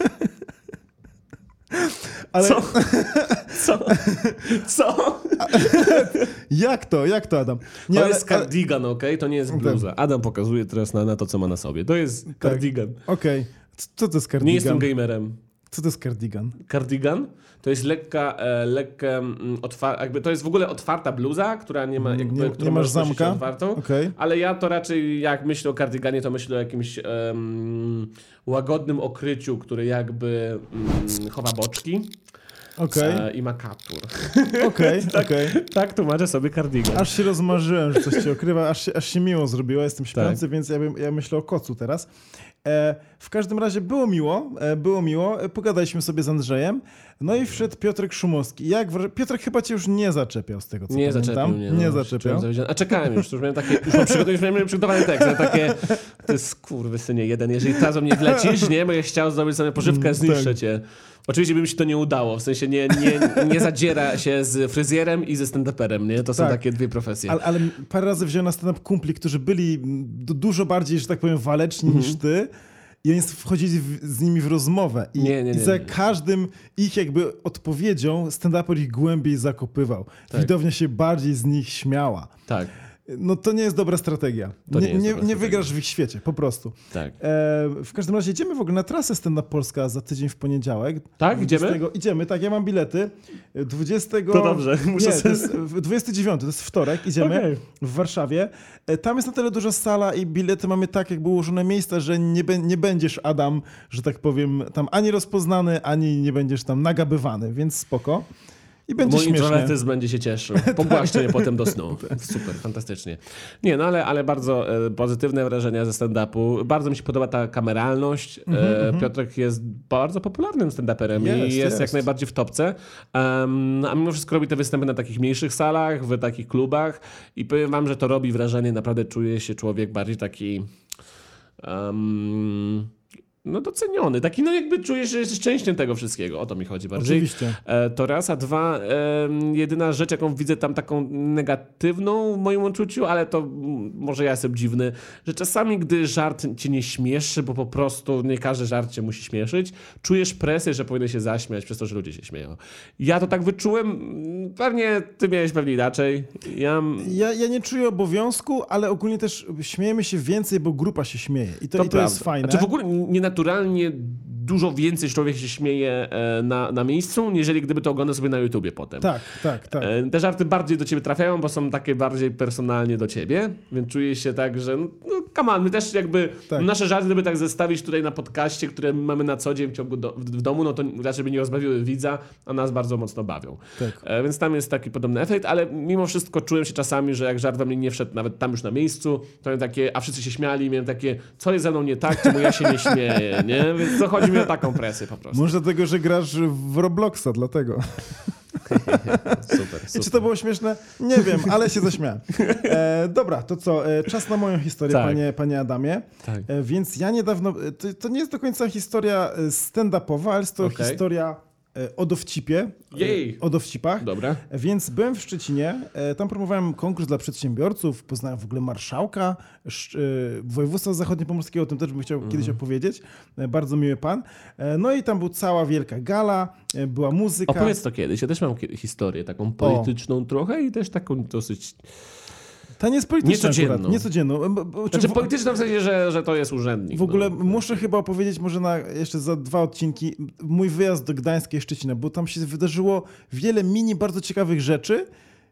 Ale... Co? Co? Co? Jak to? Jak to, Adam? Nie, to ale... jest cardigan, okej? Okay? To nie jest bluza. Adam pokazuje teraz na, na to, co ma na sobie. To jest tak. cardigan. Okej. Okay. Co to jest cardigan? Nie jestem gamerem. Co to jest cardigan? Cardigan to jest lekka, e, lekka otwa- jakby to jest w ogóle otwarta bluza, która nie ma jakby, nie, nie masz zamka, otwartą, okay. ale ja to raczej jak myślę o cardiganie, to myślę o jakimś um, łagodnym okryciu, który jakby um, chowa boczki. Okay. I ma kaptur. Okej, okay, tak, okay. tak tłumaczę sobie cardigan. Aż się rozmarzyłem, że coś cię okrywa, aż się, aż się miło zrobiło. Jestem śpiący, tak. więc ja, bym, ja myślę o kocu teraz. E, w każdym razie było miło, e, było miło, e, pogadaliśmy sobie z Andrzejem, no i wszedł Piotrek Szumowski. Jak wraż- Piotrek chyba cię już nie zaczepiał z tego, co Nie pamiętam. zaczepił mnie. No, nie zaczepiał. A czekałem już, już miałem takie, już mam przygotowany, już miałem przygotowany tekst, ale takie, to jest skurwysynie jeden, jeżeli teraz do mnie wlecisz, nie, bo ja chciał zdobyć sobie pożywkę, zniszczę tak. cię. Oczywiście by mi się to nie udało, w sensie nie, nie, nie zadziera się z fryzjerem i ze stand-uperem, nie? To są Tak. takie dwie profesje. Ale, ale parę razy wziąłem na stand-up kumpli, którzy byli du- dużo bardziej, że tak powiem, waleczni Mhm. niż ty. I oni wchodzili w, z nimi w rozmowę. I, Nie, nie, nie, i za nie. każdym ich jakby odpowiedzią stand-uper ich głębiej zakopywał. Tak. Widownia się bardziej z nich śmiała. Tak, No to nie jest dobra strategia. To nie nie, jest nie, dobra nie strategia. wygrasz w ich świecie, po prostu. tak. E, w każdym razie idziemy w ogóle na trasę Stand Up Polska za tydzień w poniedziałek. Tak? Idziemy? dwudziestego Idziemy, tak, ja mam bilety. dwudziestego To dobrze, muszę Nie, sobie- to jest dwudziestego dziewiątego, to jest wtorek, idziemy Okej. w Warszawie. E, Tam jest na tyle duża sala i bilety mamy tak jakby ułożone miejsca, że nie, be, nie będziesz, Adam, że tak powiem, tam ani rozpoznany, ani nie będziesz tam nagabywany, więc spoko. I będzie Mój śmiesznie. introwertyzm będzie się cieszył. Pogłaszczę mnie potem do snu. Super, fantastycznie. Nie, no ale, ale bardzo e, pozytywne wrażenia ze stand-upu. Bardzo mi się podoba ta kameralność. E, Piotrek jest bardzo popularnym stand-uperem Jest, i jest, jest. jak najbardziej w topce. Um, a mimo wszystko robi te występy na takich mniejszych salach, w takich klubach i powiem wam, że to robi wrażenie. Naprawdę czuje się człowiek bardziej taki... Um, no doceniony, taki no jakby czujesz, że jesteś częścią tego wszystkiego, o to mi chodzi bardziej. Oczywiście. E, to raz, a dwa, e, jedyna rzecz, jaką widzę tam taką negatywną w moim odczuciu, ale to mm, może ja jestem dziwny, że czasami, gdy żart cię nie śmieszy, bo po prostu nie każdy żart cię musi śmieszyć, czujesz presję, że powinien się zaśmiać przez to, że ludzie się śmieją. Ja to tak wyczułem, mm, pewnie ty miałeś pewnie inaczej. Ja, Ja, ja nie czuję obowiązku, ale ogólnie też śmiejemy się więcej, bo grupa się śmieje. I to, i to jest fajne. Znaczy w ogóle nienaturalnie dużo więcej człowiek się śmieje e, na, na miejscu, niżeli gdyby to oglądał sobie na YouTubie potem. Tak, tak, tak. E, Te żarty bardziej do ciebie trafiają, bo są takie bardziej personalnie do ciebie, więc czuję się tak, że no, no come on, my też jakby Tak. nasze żarty, gdyby tak zestawić tutaj na podcaście, które mamy na co dzień w ciągu do, w, w domu, no to raczej by nie rozbawiły widza, a nas bardzo mocno bawią. Tak. E, Więc tam jest taki podobny efekt, ale mimo wszystko czułem się czasami, że jak żart we mnie nie wszedł nawet tam już na miejscu, to miałem takie, a wszyscy się śmiali, miałem takie, co jest ze mną nie tak, czemu ja się nie śmieję, nie? Więc to chodzi mi o taką presję po prostu. Może dlatego, że grasz w Robloxa, dlatego. Super, I super. czy to było śmieszne? Nie wiem, ale się zaśmiałem. E, dobra, to co? E, czas na moją historię, Tak. panie, panie Adamie. Tak. E, więc ja niedawno... e, To, to nie jest do końca historia e, stand-upowa, ale jest to Okej. historia e, o dowcipie. Jej. E, o dowcipach. Dobra. E, Więc byłem w Szczecinie, e, tam promowałem konkurs dla przedsiębiorców, poznałem w ogóle marszałka sz- e, województwa zachodniopomorskiego, o tym też bym chciał Mhm. kiedyś opowiedzieć. E, Bardzo miły pan. E, No i tam była cała wielka gala, e, była muzyka. Opowiedz to kiedyś. Ja też mam kie- historię taką polityczną trochę i też taką dosyć... Ta nie jest polityczna Niecodzienną. akurat, niecodzienną. E, bo- bo- Znaczy w- polityczną w sensie, że, że to jest urzędnik. W ogóle no. muszę chyba opowiedzieć może na jeszcze za dwa odcinki mój wyjazd do Gdańska i Szczecina, bo tam się wydarzyło wiele mini, bardzo ciekawych rzeczy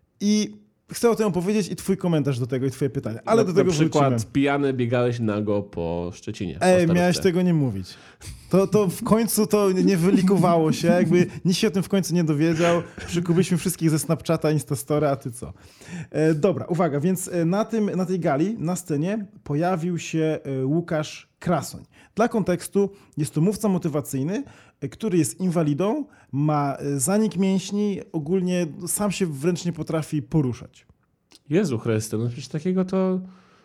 i chcę o tym opowiedzieć i twój komentarz do tego i twoje pytania, ale na, do tego Na przykład wrócimy. pijany biegałeś nago po Szczecinie. po Ej, Starówce. miałeś tego nie mówić. To, to w końcu to nie wylikowało się, jakby nikt się o tym w końcu nie dowiedział. Przykubiliśmy wszystkich ze Snapchata, Instastory, a ty co? E, dobra, uwaga, więc e, na, tym, na tej gali, na scenie pojawił się e, Łukasz Krasoń. Dla kontekstu jest to mówca motywacyjny, e, który jest inwalidą, ma e, zanik mięśni, ogólnie sam się wręcz nie potrafi poruszać. Jezu Chryste, no przecież takiego to...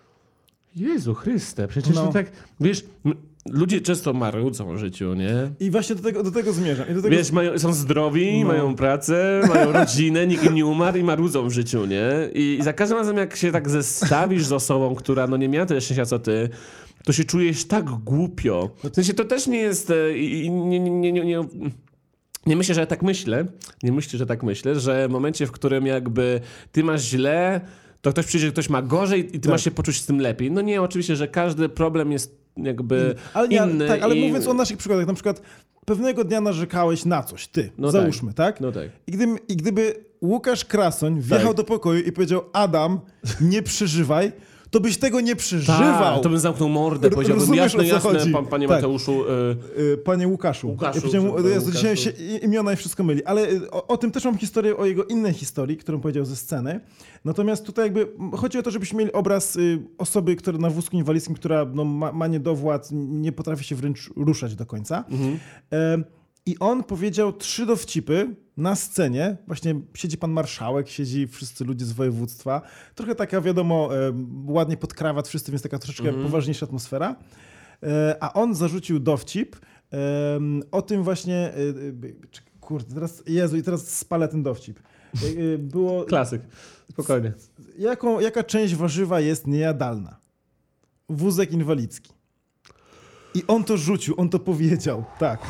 Jezu Chryste, przecież No. to tak... Wiesz, m- ludzie często marudzą w życiu, nie? I właśnie do tego, do tego zmierzam. I do tego Wiesz, mają, są zdrowi, No. mają pracę, mają rodzinę, nikt im nie umarł i marudzą w życiu, nie? I, I za każdym razem, jak się tak zestawisz z osobą, która no nie miała tyle szczęścia co ty, to się czujesz tak głupio. W sensie to też nie jest... e, I, i nie, nie, nie, nie, nie, nie myślę, że ja tak myślę. Nie myślę, że tak myślę, że w momencie, w którym jakby ty masz źle, to ktoś przyjdzie, ktoś ma gorzej i ty Tak. masz się poczuć z tym lepiej. No nie, oczywiście, że każdy problem jest jakby Ale nie, inny. tak, ale i... mówiąc o naszych przykładach, na przykład pewnego dnia narzekałeś na coś, ty, No załóżmy, tak? No tak. I, gdyby, I gdyby Łukasz Krasoń wjechał Tak. do pokoju i powiedział: Adam, nie przeżywaj, to byś tego nie przeżywał. Ta, to bym zamknął mordę, powiedziałbym Rozumiesz, jasne, o co jasne, chodzi? pan, panie Tak. Mateuszu. Y... Y, Panie Łukaszu. Łukaszu, Ja powiedziałem, przepraszam, Jezu, dzisiaj Łukaszu. się imiona i wszystko myli, ale y, o, o tym też mam historię, o jego innej historii, którą powiedział ze sceny. Natomiast tutaj jakby chodzi o to, żebyśmy mieli obraz y, osoby, która na wózku inwalidzkim, która no, ma, ma niedowład, nie potrafi się wręcz ruszać do końca. Mhm. Y, I on powiedział trzy dowcipy na scenie. Właśnie siedzi pan marszałek, siedzi wszyscy ludzie z województwa. Trochę taka, wiadomo, y, ładnie pod krawat wszyscy, więc taka troszeczkę mhm. poważniejsza atmosfera. Y, a on zarzucił dowcip y, o tym właśnie... Y, y, kurde, teraz, Jezu, i teraz spalę ten dowcip. Y, było... Klasyk. Spokojnie. Jaką, jaka część warzywa jest niejadalna? Wózek inwalidzki. I on to rzucił, on to powiedział. Tak.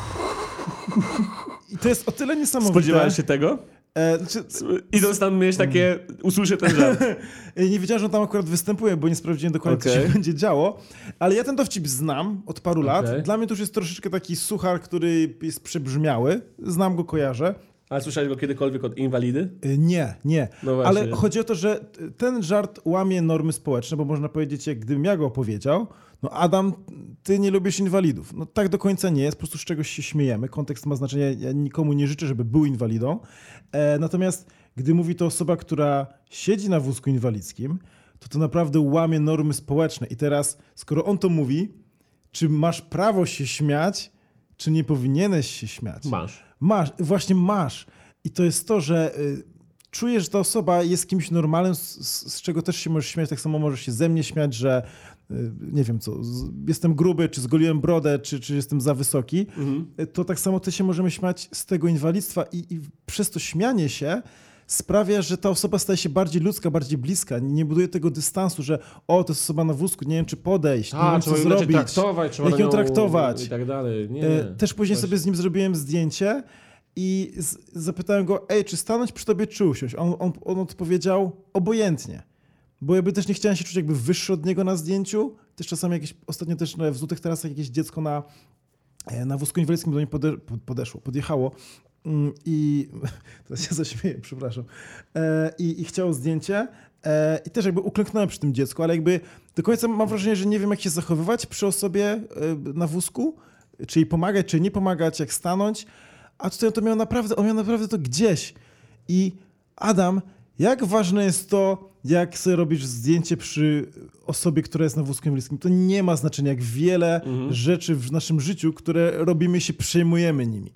I to jest o tyle niesamowite. Spodziewałeś się tego? E, znaczy, Idąc tam miałeś takie, usłyszę ten żart. nie wiedziałem, że on tam akurat występuje, bo nie sprawdziłem dokładnie, okay. co się będzie działo. Ale ja ten dowcip znam od paru okay. lat. Dla mnie to już jest troszeczkę taki suchar, który jest przebrzmiały. Znam go, kojarzę. Ale słyszałeś go kiedykolwiek od inwalidy? Nie, nie. No ale chodzi o to, że ten żart łamie normy społeczne, bo można powiedzieć, jak gdybym ja go opowiedział, no Adam, ty nie lubisz inwalidów. No tak do końca nie jest, po prostu z czegoś się śmiejemy. Kontekst ma znaczenie, ja nikomu nie życzę, żeby był inwalidą. E, natomiast gdy mówi to osoba, która siedzi na wózku inwalidzkim, to to naprawdę łamie normy społeczne. I teraz, skoro on to mówi, czy masz prawo się śmiać, czy nie powinieneś się śmiać? Masz. Masz, właśnie masz. I to jest to, że y, czujesz, że ta osoba jest kimś normalnym, z, z, z czego też się możesz śmiać. Tak samo możesz się ze mnie śmiać, że y, nie wiem co, z, jestem gruby, czy zgoliłem brodę, czy, czy jestem za wysoki. Mhm. Y, to tak samo też się możemy śmiać z tego inwalidztwa i, i przez to śmianie się sprawia, że ta osoba staje się bardziej ludzka, bardziej bliska. Nie buduje tego dystansu, że o, to jest osoba na wózku, nie wiem, czy podejść, A, nie wiem, co zrobić, traktować, jak ją traktować. I tak dalej. Nie, nie. Też później Właśnie. sobie z nim zrobiłem zdjęcie i z- zapytałem go, ej, czy stanąć przy tobie, czy usiąść? On, on, on odpowiedział, obojętnie. Bo jakby też nie chciałem się czuć jakby wyższy od niego na zdjęciu. Też czasami jakieś, ostatnio też w Złotych Tarasach jakieś dziecko na, na wózku inwalidzkim do mnie pode, podeszło, podjechało. I teraz się zaśmieję, przepraszam. E, i, I chciał zdjęcie. E, I też jakby uklęknąłem przy tym dziecku, ale jakby do końca mam wrażenie, że nie wiem, jak się zachowywać przy osobie e, na wózku. Czy jej pomagać, czy nie pomagać, jak stanąć. A tutaj on to miał naprawdę, on miał naprawdę to gdzieś. I Adam, jak ważne jest to, jak sobie robisz zdjęcie przy osobie, która jest na wózku inwalidzkim. To nie ma znaczenia, jak wiele mhm. rzeczy w naszym życiu, które robimy i się przejmujemy nimi.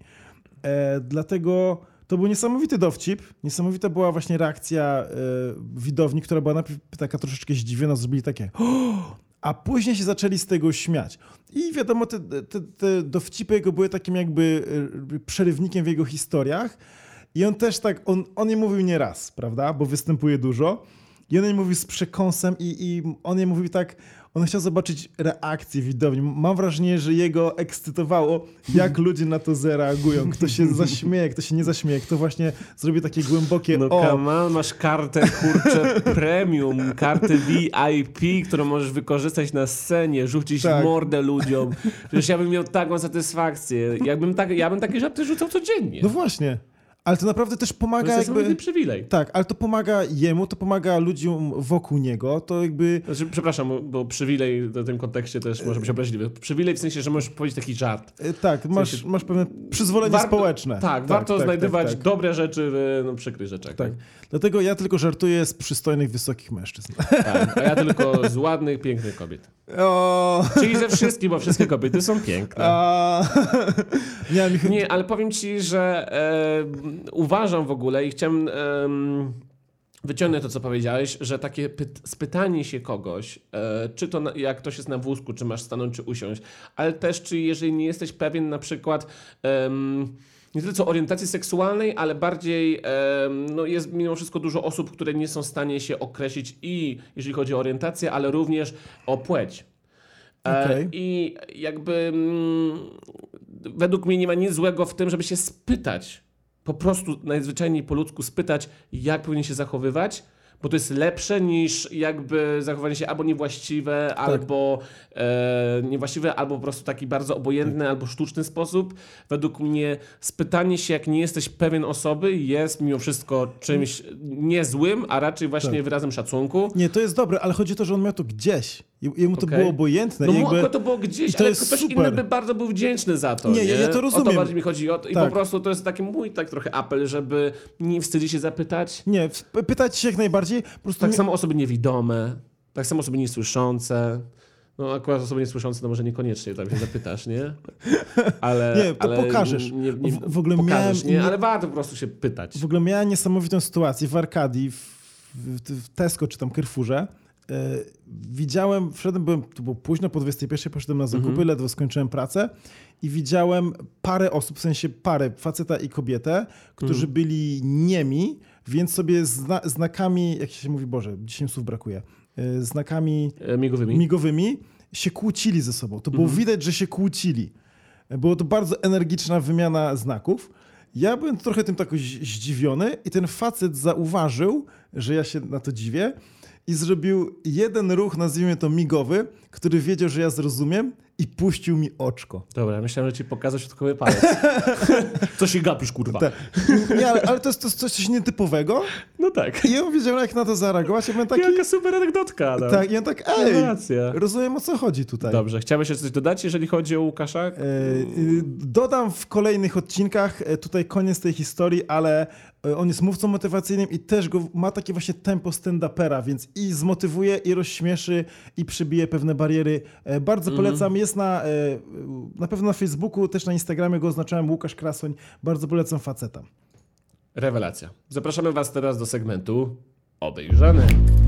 E, dlatego to był niesamowity dowcip. Niesamowita była właśnie reakcja e, widowni, która była najpierw taka troszeczkę zdziwiona, zrobili takie oh! A później się zaczęli z tego śmiać. I wiadomo, te, te, te dowcipy jego były takim jakby przerywnikiem w jego historiach. I on też tak, on, on je mówił nie raz, prawda, bo występuje dużo. I on je mówił z przekąsem i, i on je mówił tak, on chciał zobaczyć reakcję widowni. Mam wrażenie, że jego ekscytowało, jak ludzie na to zareagują. Kto się zaśmieje, kto się nie zaśmieje, kto właśnie zrobi takie głębokie no o. Kamal, masz kartę, kurczę, premium, kartę V I P, którą możesz wykorzystać na scenie, rzucić tak. mordę ludziom. Przecież ja bym miał taką satysfakcję. Jakbym tak, ja bym takie żarty rzucał codziennie. No właśnie. Ale to naprawdę też pomaga to jest jakby... przywilej. Tak, ale to pomaga jemu, to pomaga ludziom wokół niego, to jakby... Znaczy, przepraszam, bo przywilej w tym kontekście też może być obraźliwy. Przywilej w sensie, że możesz powiedzieć taki żart. Tak, masz, w sensie... masz pewne przyzwolenie warto, społeczne. Tak, tak warto tak, znajdywać tak, tak. dobre rzeczy w no, przykrych rzeczach. Tak. tak, dlatego ja tylko żartuję z przystojnych, wysokich mężczyzn. Tak, a ja tylko z ładnych, pięknych kobiet. O... Czyli ze wszystkich, bo wszystkie kobiety są piękne. A... Nie, mi... Nie, ale powiem ci, że e, uważam w ogóle i chciałem e, wyciągnąć to, co powiedziałeś, że takie pyt- spytanie się kogoś, e, czy to na, jak ktoś jest na wózku, czy masz stanąć, czy usiąść, ale też czy jeżeli nie jesteś pewien na przykład e, nie tyle co orientacji seksualnej, ale bardziej e, no jest mimo wszystko dużo osób, które nie są w stanie się określić i jeżeli chodzi o orientację, ale również o płeć. Okay. I jakby mm, według mnie nie ma nic złego w tym, żeby się spytać, po prostu najzwyczajniej po ludzku spytać, jak powinien się zachowywać, Bo to jest lepsze niż jakby zachowanie się albo niewłaściwe, tak. albo e, niewłaściwe, albo po prostu taki bardzo obojętny, tak. albo sztuczny sposób. Według mnie spytanie się, jak nie jesteś pewien osoby, jest mimo wszystko czymś niezłym, a raczej właśnie tak. wyrazem szacunku. Nie, to jest dobre, ale chodzi o to, że on miał to gdzieś. Jemu to okay. było obojętne. No jakby... jakby... to było gdzieś, ale ktoś super. inny by bardzo był wdzięczny za to. Nie, nie? Ja, ja to rozumiem. O to bardziej mi chodzi. O to. I tak. po prostu to jest taki mój tak trochę apel, żeby nie wstydzić się zapytać. Nie, pytać się jak najbardziej. Po prostu tak nie... samo osoby niewidome, tak samo osoby niesłyszące. No akurat osoby niesłyszące, no może niekoniecznie tak się zapytasz, nie? Ale, nie, to ale pokażesz. Nie, nie, w, w ogóle pokażesz, miałem, nie? Ale warto po prostu się pytać. W ogóle miałem niesamowitą sytuację w Arkadii, w, w, w Tesco czy tam Carrefourze. Yy, widziałem, wszedłem, byłem, to było późno, po dwudziestej pierwszej poszedłem na zakupy, mm-hmm. ledwo skończyłem pracę i widziałem parę osób, w sensie parę, faceta i kobietę, którzy mm. byli niemi, więc sobie zna, znakami, jak się mówi, Boże, dzisiaj słów brakuje, yy, znakami e, migowymi. migowymi się kłócili ze sobą. To było mm-hmm. widać, że się kłócili. Było to bardzo energiczna wymiana znaków. Ja byłem trochę tym tak zdziwiony i ten facet zauważył, że ja się na to dziwię, i zrobił jeden ruch, nazwijmy to migowy, który wiedział, że ja zrozumiem i puścił mi oczko. Dobra, myślałem, że ci pokazał środkowy palec. Co się gapisz, kurwa? Tak. Nie, ale, ale to, jest, to jest coś nietypowego. No tak. I ja wiedziałem, jak na to zareagować. Ja taki... Jaka super anegdotka. No. Tak, i on tak, ej, rozumiem, o co chodzi tutaj. Dobrze, chciałbyś jeszcze coś dodać, jeżeli chodzi o Łukasza? E, dodam w kolejnych odcinkach tutaj koniec tej historii, ale on jest mówcą motywacyjnym i też go, ma takie właśnie tempo stand-upera, więc i zmotywuje, i rozśmieszy, i przybije pewne bariery. Bardzo mm. polecam. Jest na, na pewno na Facebooku, też na Instagramie go oznaczałem, Łukasz Krasoń. Bardzo polecam faceta. Rewelacja. Zapraszamy was teraz do segmentu Obejrzane.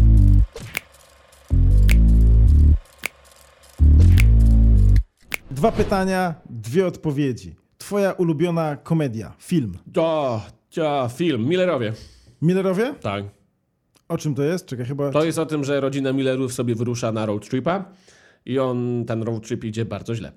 Dwa pytania, dwie odpowiedzi. Twoja ulubiona komedia, film? To, to film. Millerowie. Millerowie? Tak. O czym to jest? Czekaj, chyba... To jest o tym, że rodzina Millerów sobie wyrusza na road tripa i on, ten road trip idzie bardzo źle.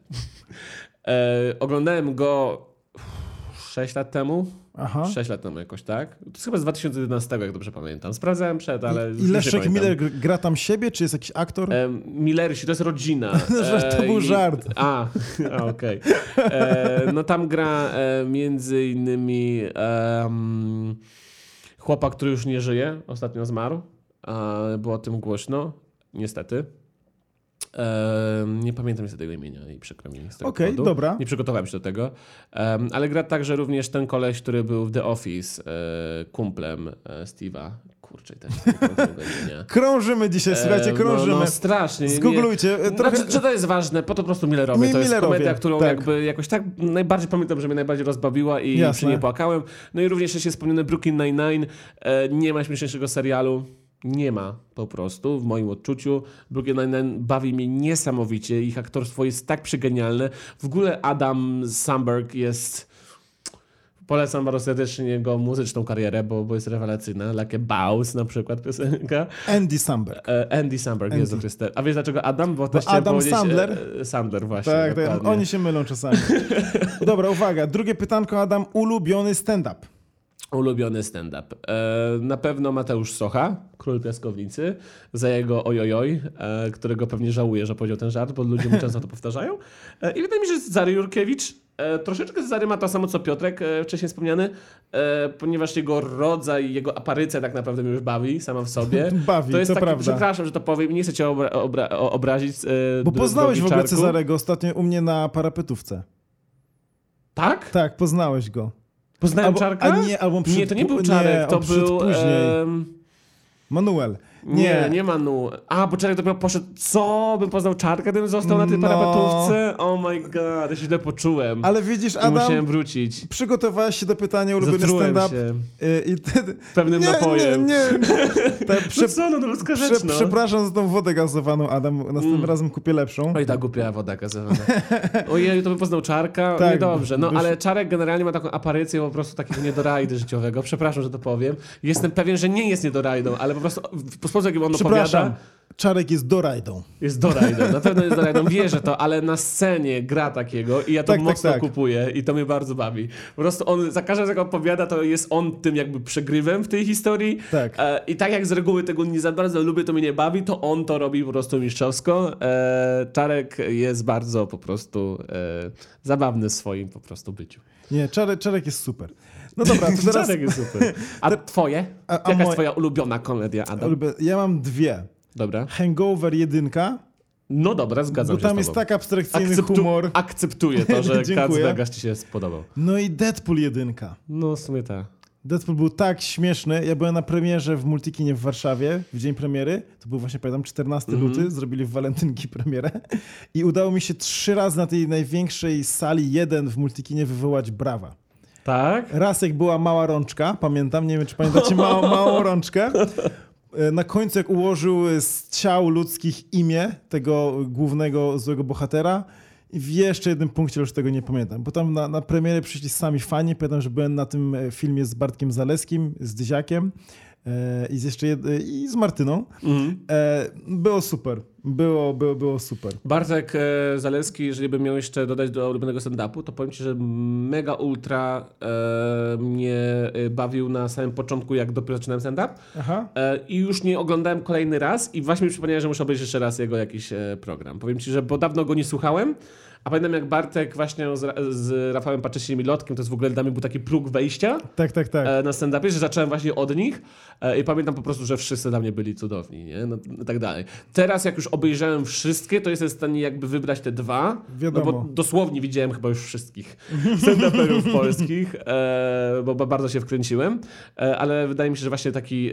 e, oglądałem go sześć lat temu. Aha. sześć lat temu jakoś, tak? To jest chyba z dwa tysiące jedenastego, jak dobrze pamiętam. Sprawdzałem przed, ale... I, i Leszek Miller gra tam siebie, czy jest jakiś aktor? E, Millersi, to jest rodzina. E, to był i, żart. A, a okej. Okay. No tam gra e, między innymi e, chłopak, który już nie żyje, ostatnio zmarł. E, było o tym głośno, niestety. Um, nie pamiętam niestety tego imienia i przykro mi z tego Okej, powodu. dobra. Nie przygotowałem się do tego. Um, ale gra także również ten koleś, który był w The Office e, kumplem e, Steve'a. Kurczę, też nie pamiętam tego imienia. Krążymy dzisiaj, słuchajcie, krążymy. No, no strasznie. Zgooglujcie. Trochę... Znaczy, czy to jest ważne? Po to po prostu Millerowie. Mi, to jest Millerowie, komedia, którą tak. jakby jakoś tak najbardziej pamiętam, że mnie najbardziej rozbawiła i Jasne. przy niej płakałem. No i również jeszcze wspomniane Brooklyn Nine-Nine. E, nie ma śmieszniejszego serialu. Nie ma po prostu, w moim odczuciu. Brooklyn Nine-Nine bawi mnie niesamowicie. Ich aktorstwo jest tak przegenialne. W ogóle Adam Samberg jest... Polecam bardzo serdecznie jego muzyczną karierę, bo, bo jest rewelacyjna. Like a Bounce na przykład piosenka. Andy Samberg. E, Andy Samberg, Andy. Jezu Chryste. A wiesz dlaczego Adam? Bo, bo Adam Sandler. E, Sandler właśnie. Tak, tak, oni się mylą czasami. Dobra, uwaga. Drugie pytanko, Adam. Ulubiony stand-up. Ulubiony stand-up. E, na pewno Mateusz Socha, Król Piaskownicy, za jego ojojoj, e, którego pewnie żałuję, że powiedział ten żart, bo ludzie mu często to powtarzają. E, I wydaje mi się, że Cezary Jurkiewicz e, troszeczkę Cezary ma to samo co Piotrek, e, wcześniej wspomniany, e, ponieważ jego rodzaj, jego aparycja tak naprawdę mnie już bawi sama w sobie. Bawi, to jest to taki, prawda. Przepraszam, że to powiem, nie chcę cię obra- obra- obrazić. E, bo poznałeś w ogóle Czarku. Cezarego ostatnio u mnie na parapetówce. Tak? Tak, poznałeś go. Poznałem albo, Czarka? A nie, albo przed, nie, to nie był Czarek, nie, to był... później. Em... Manuel. Nie, nie, nie Manu. A, bo Czarek dopiero poszedł. Co? Bym poznał Czarka, gdybym został na tej no. parapetówce? Oh my god, ja się źle poczułem. Ale widzisz, Adam, musiałem wrócić. Przygotowałeś się do pytania ulubiony Zatrułem stand-up. się. I ty... Pewnym nie, napojem. Nie, nie. Ta, prze... No co, no to ludzka prze... rzecz, no. Przepraszam za tą wodę gazowaną, Adam. Następnym mm. razem kupię lepszą. Oj, ta głupia woda gazowana. Ojej, to bym poznał Czarka. Tak, Niedobrze. No, byś... ale Czarek generalnie ma taką aparycję po prostu takiego niedorajdy życiowego. Przepraszam, że to powiem. Jestem pewien, że nie jest niedorajdą, ale po prostu w sposób, jaki on opowiada, Czarek jest dorajdą. Jest dorajdą, na pewno jest dorajdą, wierzę to, ale na scenie gra takiego i ja to tak, mocno tak, tak. kupuję i to mnie bardzo bawi. Po prostu on, za każdym razem jak opowiada, to jest on tym jakby przegrywem w tej historii Tak. e, i tak jak z reguły tego nie za bardzo lubię, to mnie nie bawi, to on to robi po prostu mistrzowsko. E, Czarek jest bardzo po prostu e, zabawny w swoim po prostu byciu. Nie, Czarek, Czarek jest super. No dobra, to teraz... Czarek jest super. A twoje? A- a Jaka jest moje- twoja ulubiona komedia, Adam? Lubię- Ja mam dwie. Dobra. Hangover jedynka, No dobra, zgadzam bo się tam z jest tobą. tak abstrakcyjny Akceptu- humor. Akceptuję to, że Kac Dziękuję. Vegas ci się spodobał. No i Deadpool jedynka. No w sumie tak. Deadpool był tak śmieszny. Ja byłem na premierze w Multikinie w Warszawie w dzień premiery. To był właśnie, pamiętam, czternastego Mhm. lutego. Zrobili w walentynki premierę. I udało mi się trzy razy na tej największej sali jeden w Multikinie wywołać brawa. Tak? Raz jak była mała rączka, pamiętam, nie wiem czy pamiętacie małą, małą rączkę. E, Na końcu jak ułożył z ciał ludzkich imię tego głównego złego bohatera. I w jeszcze jednym punkcie już tego nie pamiętam, bo tam na, na premierę przyszli sami fani. Pamiętam, że byłem na tym e, filmie z Bartkiem Zaleskim, z Dyziakiem e, i z jeszcze jed... i z Martyną. Mhm. E, było super. Było, było, było super. Bartek e, Zaleski, jeżeli bym miał jeszcze dodać do ulubionego stand-upu, to powiem ci, że mega ultra e, mnie e, bawił na samym początku, jak dopiero zaczynałem stand-up. Aha. E, I już nie oglądałem kolejny raz i właśnie mi przypomniałem, że muszę obejrzeć jeszcze raz jego jakiś e, program. Powiem ci, że bo dawno go nie słuchałem, a pamiętam jak Bartek właśnie z, Ra- z Rafałem Paczesiem i Lotkiem, to jest w ogóle dla mnie był taki próg wejścia Tak, tak, tak. e, na stand-upie, że zacząłem właśnie od nich e, i pamiętam po prostu, że wszyscy dla mnie byli cudowni, nie? No, no tak dalej. Teraz jak już obejrzałem wszystkie, to jestem w stanie jakby wybrać te dwa, Wiadomo. no bo dosłownie widziałem chyba już wszystkich stand-uperów polskich, e, bo, bo bardzo się wkręciłem, e, ale wydaje mi się, że właśnie taki e,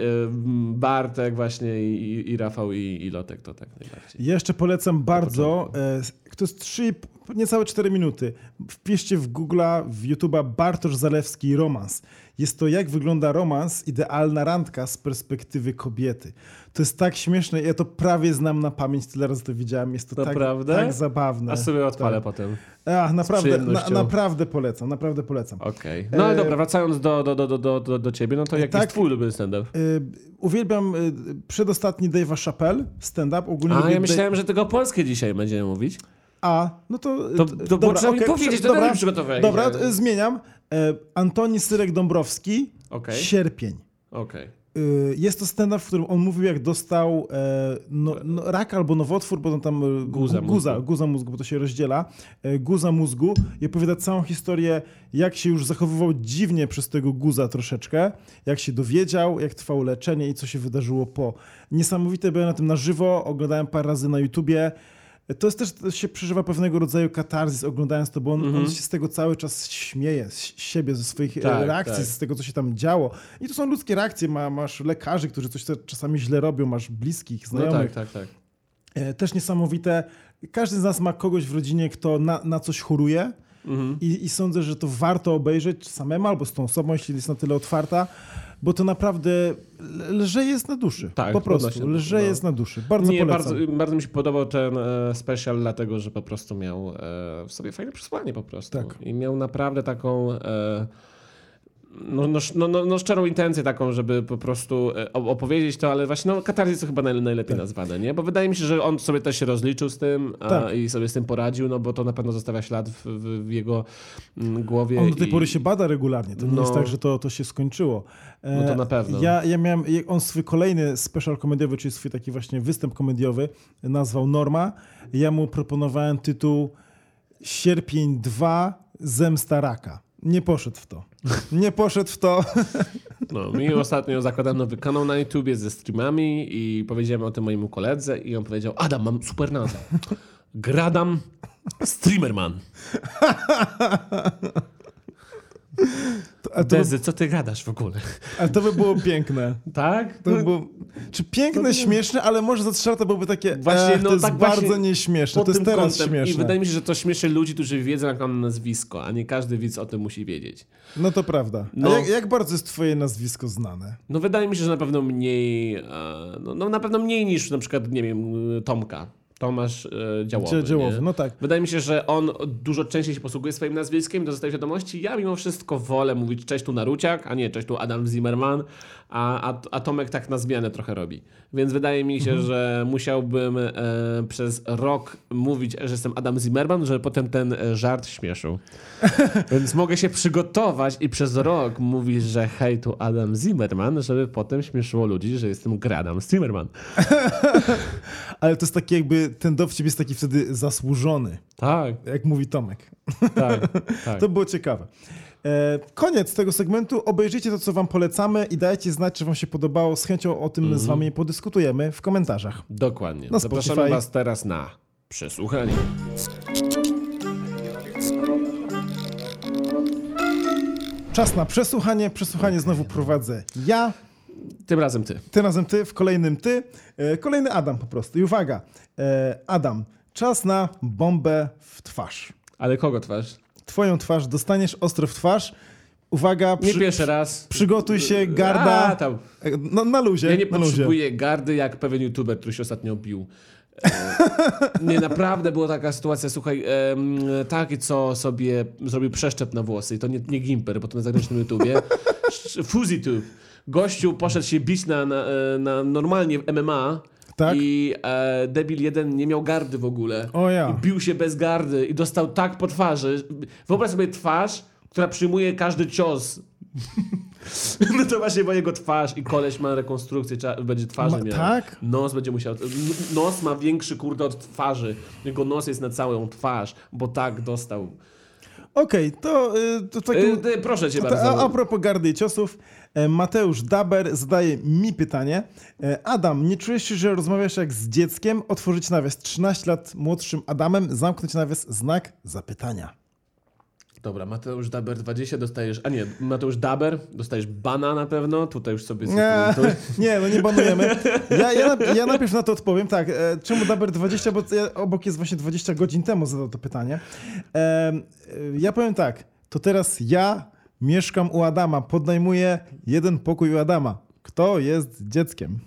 Bartek właśnie i, i Rafał i, i Lotek to tak najbardziej. Jeszcze polecam bardzo, e, to jest trzy, niecałe cztery minuty. Wpiszcie w Google'a, w YouTube'a Bartosz Zalewski romans. Jest to jak wygląda romans, idealna randka z perspektywy kobiety. To jest tak śmieszne, ja to prawie znam na pamięć, tyle razy to widziałem. Jest to tak, Naprawdę? tak zabawne. A sobie odpalę tak. potem. Ach, naprawdę, na, przyjemnością. naprawdę polecam, naprawdę polecam. Okej. No ale E, dobra, wracając do, do, do, do, do, do ciebie, no to jaki tak. jest twój ulubiony stand-up? Y, uwielbiam y, przedostatni Dave'a Chappelle, stand-up. Ogólnie A lubię ja Dave- myślałem, że tego polskie dzisiaj będziemy mówić. A, no to... To, d- to dobra, trzeba mi okej, powiedzieć, prze- to dobra, dobra, przygotowałem. Dobra, y, zmieniam. E, Antoni Syrek-Dąbrowski, Okej. Sierpień. Okej. Y, Jest to stand-up, w którym on mówił, jak dostał e, no, no, rak albo nowotwór, bo on tam... e, Guza gu- guza, mózgu. guza mózgu, bo to się rozdziela. E, guza mózgu i opowiada całą historię, jak się już zachowywał dziwnie przez tego guza troszeczkę, jak się dowiedział, jak trwało leczenie i co się wydarzyło po. Niesamowite, byłem na tym na żywo, oglądałem parę razy na YouTubie. To jest też, to się przeżywa pewnego rodzaju katarzis oglądając to, bo on, Mhm. on się z tego cały czas śmieje, z siebie, ze swoich e, Tak, reakcji, tak. z tego, co się tam działo. I to są ludzkie reakcje. Ma, masz lekarzy, którzy coś te- czasami źle robią, masz bliskich, No znajomych. tak, tak, tak. E, Też niesamowite. Każdy z nas ma kogoś w rodzinie, kto na, na coś choruje. Mhm. I, I sądzę, że to warto obejrzeć samemu albo z tą osobą, jeśli jest na tyle otwarta, bo to naprawdę l- lżej jest na duszy. Tak, po prostu. odnośnie- Lżej no. jest na duszy. Bardzo Nie, polecam. bardzo, bardzo mi się podobał ten e, special, dlatego że po prostu miał e, w sobie fajne przesłanie po prostu. Tak. I miał naprawdę taką e, no, no, no, no, no szczerą intencję taką, żeby po prostu e, opowiedzieć to, ale właśnie no, katarzis to chyba naj, najlepiej Tak. nazwane, nie? Bo wydaje mi się, że on sobie też się rozliczył z tym a, Tak. i sobie z tym poradził, no bo to na pewno zostawia ślad w, w, w jego mm, głowie. On do tej i- pory się bada regularnie. To nie No. jest tak, że to, to się skończyło. E, No to na pewno. Ja, ja miałem, on swój kolejny special komediowy, czyli swój taki właśnie występ komediowy nazwał Norma. Ja mu proponowałem tytuł Sierpień dwa Zemsta raka. Nie poszedł w to. Nie poszedł w to. No, mi ostatnio zakładam nowy kanał na YouTubie ze streamami i powiedziałem o tym mojemu koledze i on powiedział: Adam, mam super nazwę. Gradam Streamerman. To, a, to by, Dezy, co ty gadasz w ogóle? ale to by było piękne. Tak? To by było, czy piękne, śmieszne, ale może za trzy lata byłoby takie, Właśnie, eh, no to jest tak bardzo właśnie nieśmieszne. Pod To jest tym teraz kątem. śmieszne. I wydaje mi się, że to śmieszy ludzi, którzy wiedzą, jak mam nazwisko, a nie każdy widz o tym musi wiedzieć. No to prawda. No. A jak, jak bardzo jest twoje nazwisko znane? No wydaje mi się, że na pewno mniej, e, no, no na pewno mniej niż na przykład, nie wiem, Tomka. Tomasz e, Działowy. Działowy, nie? no tak. Wydaje mi się, że on dużo częściej się posługuje swoim nazwiskiem do zostawienia wiadomości. Ja mimo wszystko wolę mówić cześć tu Naruciak, a nie cześć tu Adam Zimmerman, a, a, a Tomek tak na zmianę trochę robi. Więc wydaje mi się, mhm. że musiałbym e, przez rok mówić, że jestem Adam Zimmerman, żeby potem ten e, żart śmieszył. Więc mogę się przygotować i przez rok mówić, że hej tu Adam Zimmerman, żeby potem śmieszyło ludzi, że jestem Gradam Zimmerman. Ale to jest taki jakby, ten dowcip jest taki wtedy zasłużony. Tak. Jak mówi Tomek. Tak, tak. To było ciekawe. E, koniec tego segmentu. Obejrzyjcie to, co wam polecamy i dajcie znać, czy wam się podobało. Z chęcią o tym mm-hmm. z wami podyskutujemy w komentarzach. Dokładnie. Na Zapraszamy Spotify. was teraz na przesłuchanie. Czas na przesłuchanie. Przesłuchanie znowu prowadzę ja. Tym razem ty. Tym razem ty, w kolejnym ty. E, kolejny Adam po prostu. I uwaga. E, Adam, czas na bombę w twarz. Ale kogo twarz? Twoją twarz dostaniesz ostro w twarz. Uwaga. Nie pierwszy raz. Przygotuj się, garda. A, tam. Na, na luzie. Ja nie na potrzebuję luzie. gardy jak pewien youtuber, który się ostatnio bił. Nie, naprawdę była taka sytuacja, słuchaj, em, taki, co sobie zrobił przeszczep na włosy i to nie, nie Gimper, bo to na zagranicznym YouTubie. FuzzyTube. Gościu poszedł się bić na, na, na normalnie w M M A. Tak? I e, debil jeden nie miał gardy w ogóle. O ja. I bił się bez gardy i dostał tak po twarzy. Wyobraź sobie twarz, która przyjmuje każdy cios. No to właśnie była jego twarz i koleś ma rekonstrukcję, trzeba, będzie twarzy Ma, miał. tak? Nos będzie musiał... Nos ma większy, kurde, od twarzy. Jego nos jest na całą twarz, bo tak dostał. Okej, okay, to, y, to taki... Yy, proszę cię to, bardzo. A, a propos gardy i ciosów, e, Mateusz Daber zadaje mi pytanie. E, Adam, nie czujesz się, że rozmawiasz jak z dzieckiem? Otworzyć nawias trzynaście lat młodszym Adamem, zamknąć nawias znak zapytania. Dobra, Mateusz Daber dwadzieścia dostajesz... A nie, Mateusz Daber, dostajesz bana na pewno. Tutaj już sobie... Nie, nie, no nie banujemy. Ja, ja, ja najpierw na to odpowiem. Tak, e, czemu Daber dwadzieścia? Bo ja, obok jest właśnie dwadzieścia godzin temu zadał to pytanie. E, e, ja powiem tak, to teraz ja mieszkam u Adama, podnajmuję jeden pokój u Adama. Kto jest dzieckiem?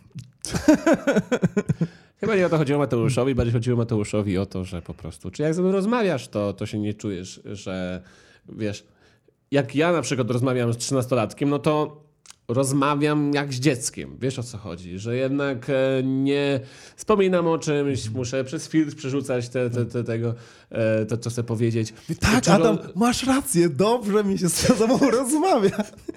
Chyba nie o to chodziło Mateuszowi, bardziej chodziło Mateuszowi o to, że po prostu, czy jak ze mną rozmawiasz, to, to się nie czujesz, że wiesz, jak ja na przykład rozmawiam z trzynastolatkiem, no to rozmawiam jak z dzieckiem. Wiesz o co chodzi, że jednak e, nie wspominam o czymś, muszę przez filtr przerzucać te, te, te, tego, e, to, co chcę powiedzieć. Tak, Czego... Adam, masz rację, dobrze mi się z tobą rozmawia.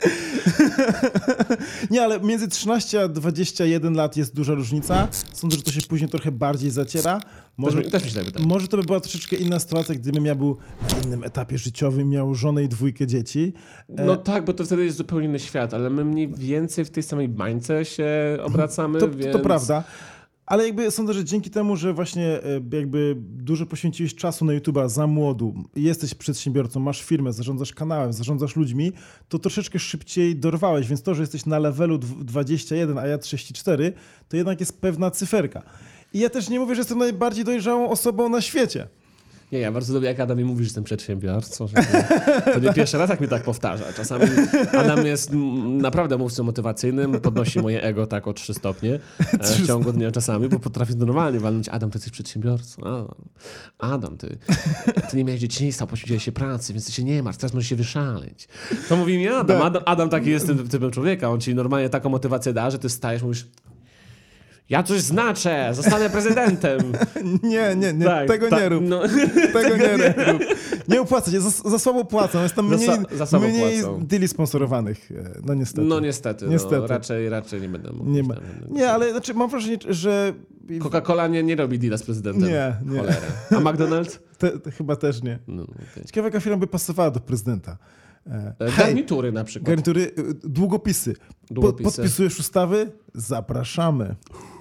Nie, ale między trzynaście a dwadzieścia jeden lat jest duża różnica. Sądzę, że to się później trochę bardziej zaciera. Może, też, też mi się tak wydaje. może to by była troszeczkę inna sytuacja, gdybym ja był w innym etapie życiowym, miał żonę i dwójkę dzieci. No tak, bo to wtedy jest zupełnie inny świat, ale my mniej więcej w tej samej bańce się obracamy, To, więc... to prawda. Ale jakby sądzę, że dzięki temu, że właśnie jakby dużo poświęciłeś czasu na YouTube'a za młodu, jesteś przedsiębiorcą, masz firmę, zarządzasz kanałem, zarządzasz ludźmi, to troszeczkę szybciej dorwałeś, więc to, że jesteś na levelu dwadzieścia jeden, a ja trzydzieści cztery, to jednak jest pewna cyferka. I ja też nie mówię, że jestem najbardziej dojrzałą osobą na świecie. Nie, ja bardzo lubię, jak Adam mi mówi, że jestem przedsiębiorcą. Że to, to nie pierwszy raz, jak mi tak powtarza. Czasami Adam jest m, naprawdę mówcą motywacyjnym, podnosi moje ego tak o trzy stopnie e, w ciągu dnia czasami, bo potrafi normalnie walnąć. Adam, ty jesteś przedsiębiorcą. Adam, Adam ty, ty nie miałeś dzieciństwa, poświęciłeś się pracy, więc ty się nie martw, teraz możesz się wyszaleć. To mówi mi Adam. Adam, Adam taki jest tym typem człowieka. On ci normalnie taką motywację da, że ty stajesz, mówisz... Ja coś znaczę, zostanę prezydentem. Nie, nie, nie, tak, tego ta, nie rób. No. Tego nie rób. Nie opłaca się, za, za słabo płacą. Jest tam mniej, za, za słabo mniej płacą. deali sponsorowanych. No niestety. No niestety, niestety. No, raczej, raczej nie będę mógł. Nie, ma. nie, ale znaczy, mam wrażenie, że... Coca-Cola nie, nie robi deala z prezydentem. Nie, nie. Cholera. A McDonald's? Te, te chyba też nie. No, okay. Ciekawe, jaka firma by pasowała do prezydenta. E, garnitury na przykład. Garnitury, długopisy. Długopisy. Po, podpisujesz ustawy? Zapraszamy.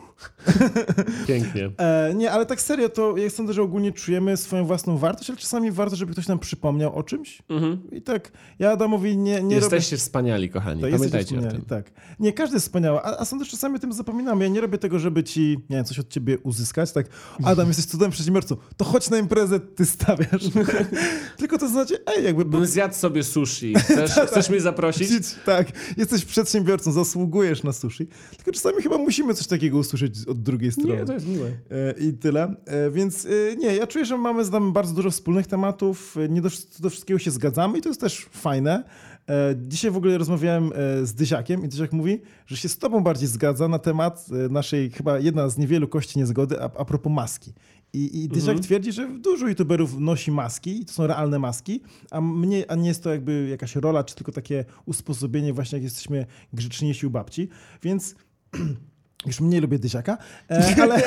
Pięknie. E, nie, ale tak serio, to ja sądzę, że ogólnie czujemy swoją własną wartość, ale czasami warto, żeby ktoś nam przypomniał o czymś. Mhm. I tak, ja Adamowi nie, nie Jesteście robię... wspaniali, kochani. Tak, pamiętajcie o tym. Tak. Nie, każdy jest wspaniały, a, a sądzę, że czasami o tym zapominamy. Ja nie robię tego, żeby ci, nie wiem, coś od ciebie uzyskać. Tak, Adam, jesteś cudownym przedsiębiorcą, to chodź na imprezę, ty stawiasz. Tylko to znaczy, ej, jakby... Bym zjadł sobie sushi. Chcesz, chcesz mnie zaprosić? Tak, jesteś przedsiębiorcą, zasługujesz na sushi. Tylko czasami chyba musimy coś takiego usłyszeć usłyszeć od drugiej strony. Nie, to jest miłe. I tyle. Więc nie, ja czuję, że mamy z nami bardzo dużo wspólnych tematów. Nie do, do wszystkiego się zgadzamy i to jest też fajne. Dzisiaj w ogóle rozmawiałem z Dyziakiem i Dyziak mówi, że się z tobą bardziej zgadza na temat naszej chyba jedna z niewielu kości niezgody a, a propos maski. I, i Dyziak mhm. twierdzi, że dużo youtuberów nosi maski i to są realne maski, a, mnie, a nie jest to jakby jakaś rola, czy tylko takie usposobienie właśnie jak jesteśmy grzeczniejsi u babci. Więc już mniej lubię Dyziaka, ale,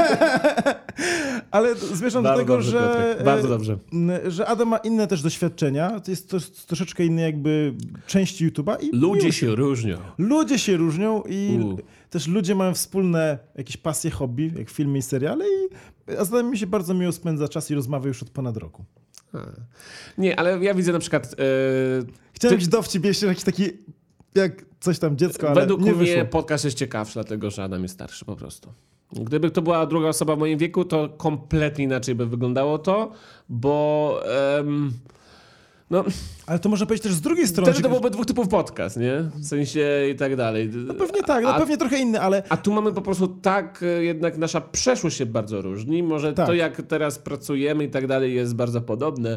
ale zmierzam bardzo do tego, dobrze, że, Piotrek. Bardzo dobrze. że Adam ma inne też doświadczenia. To jest, to jest troszeczkę inny jakby części YouTube'a. I ludzie się różnią. Ludzie się różnią i U. też ludzie mają wspólne jakieś pasje, hobby, jak filmy i seriale i a z nami się bardzo miło spędza czas i rozmawia już od ponad roku. A. Nie, ale ja widzę na przykład... Yy, Chciałem ty... być dowcip jeszcze jakiś taki jak coś tam dziecko, ale według nie mnie wyszło. podcast jest ciekawszy, dlatego że Adam jest starszy po prostu. Gdyby to była druga osoba w moim wieku, to kompletnie inaczej by wyglądało to, bo... Um, no, ale to może powiedzieć też z drugiej strony. Wtedy to byłoby dwóch typów podcast, nie? W sensie i tak dalej. No pewnie tak, no a, pewnie trochę inny, ale... A tu mamy po prostu tak, jednak nasza przeszłość się bardzo różni. Może tak. to, jak teraz pracujemy i tak dalej, jest bardzo podobne,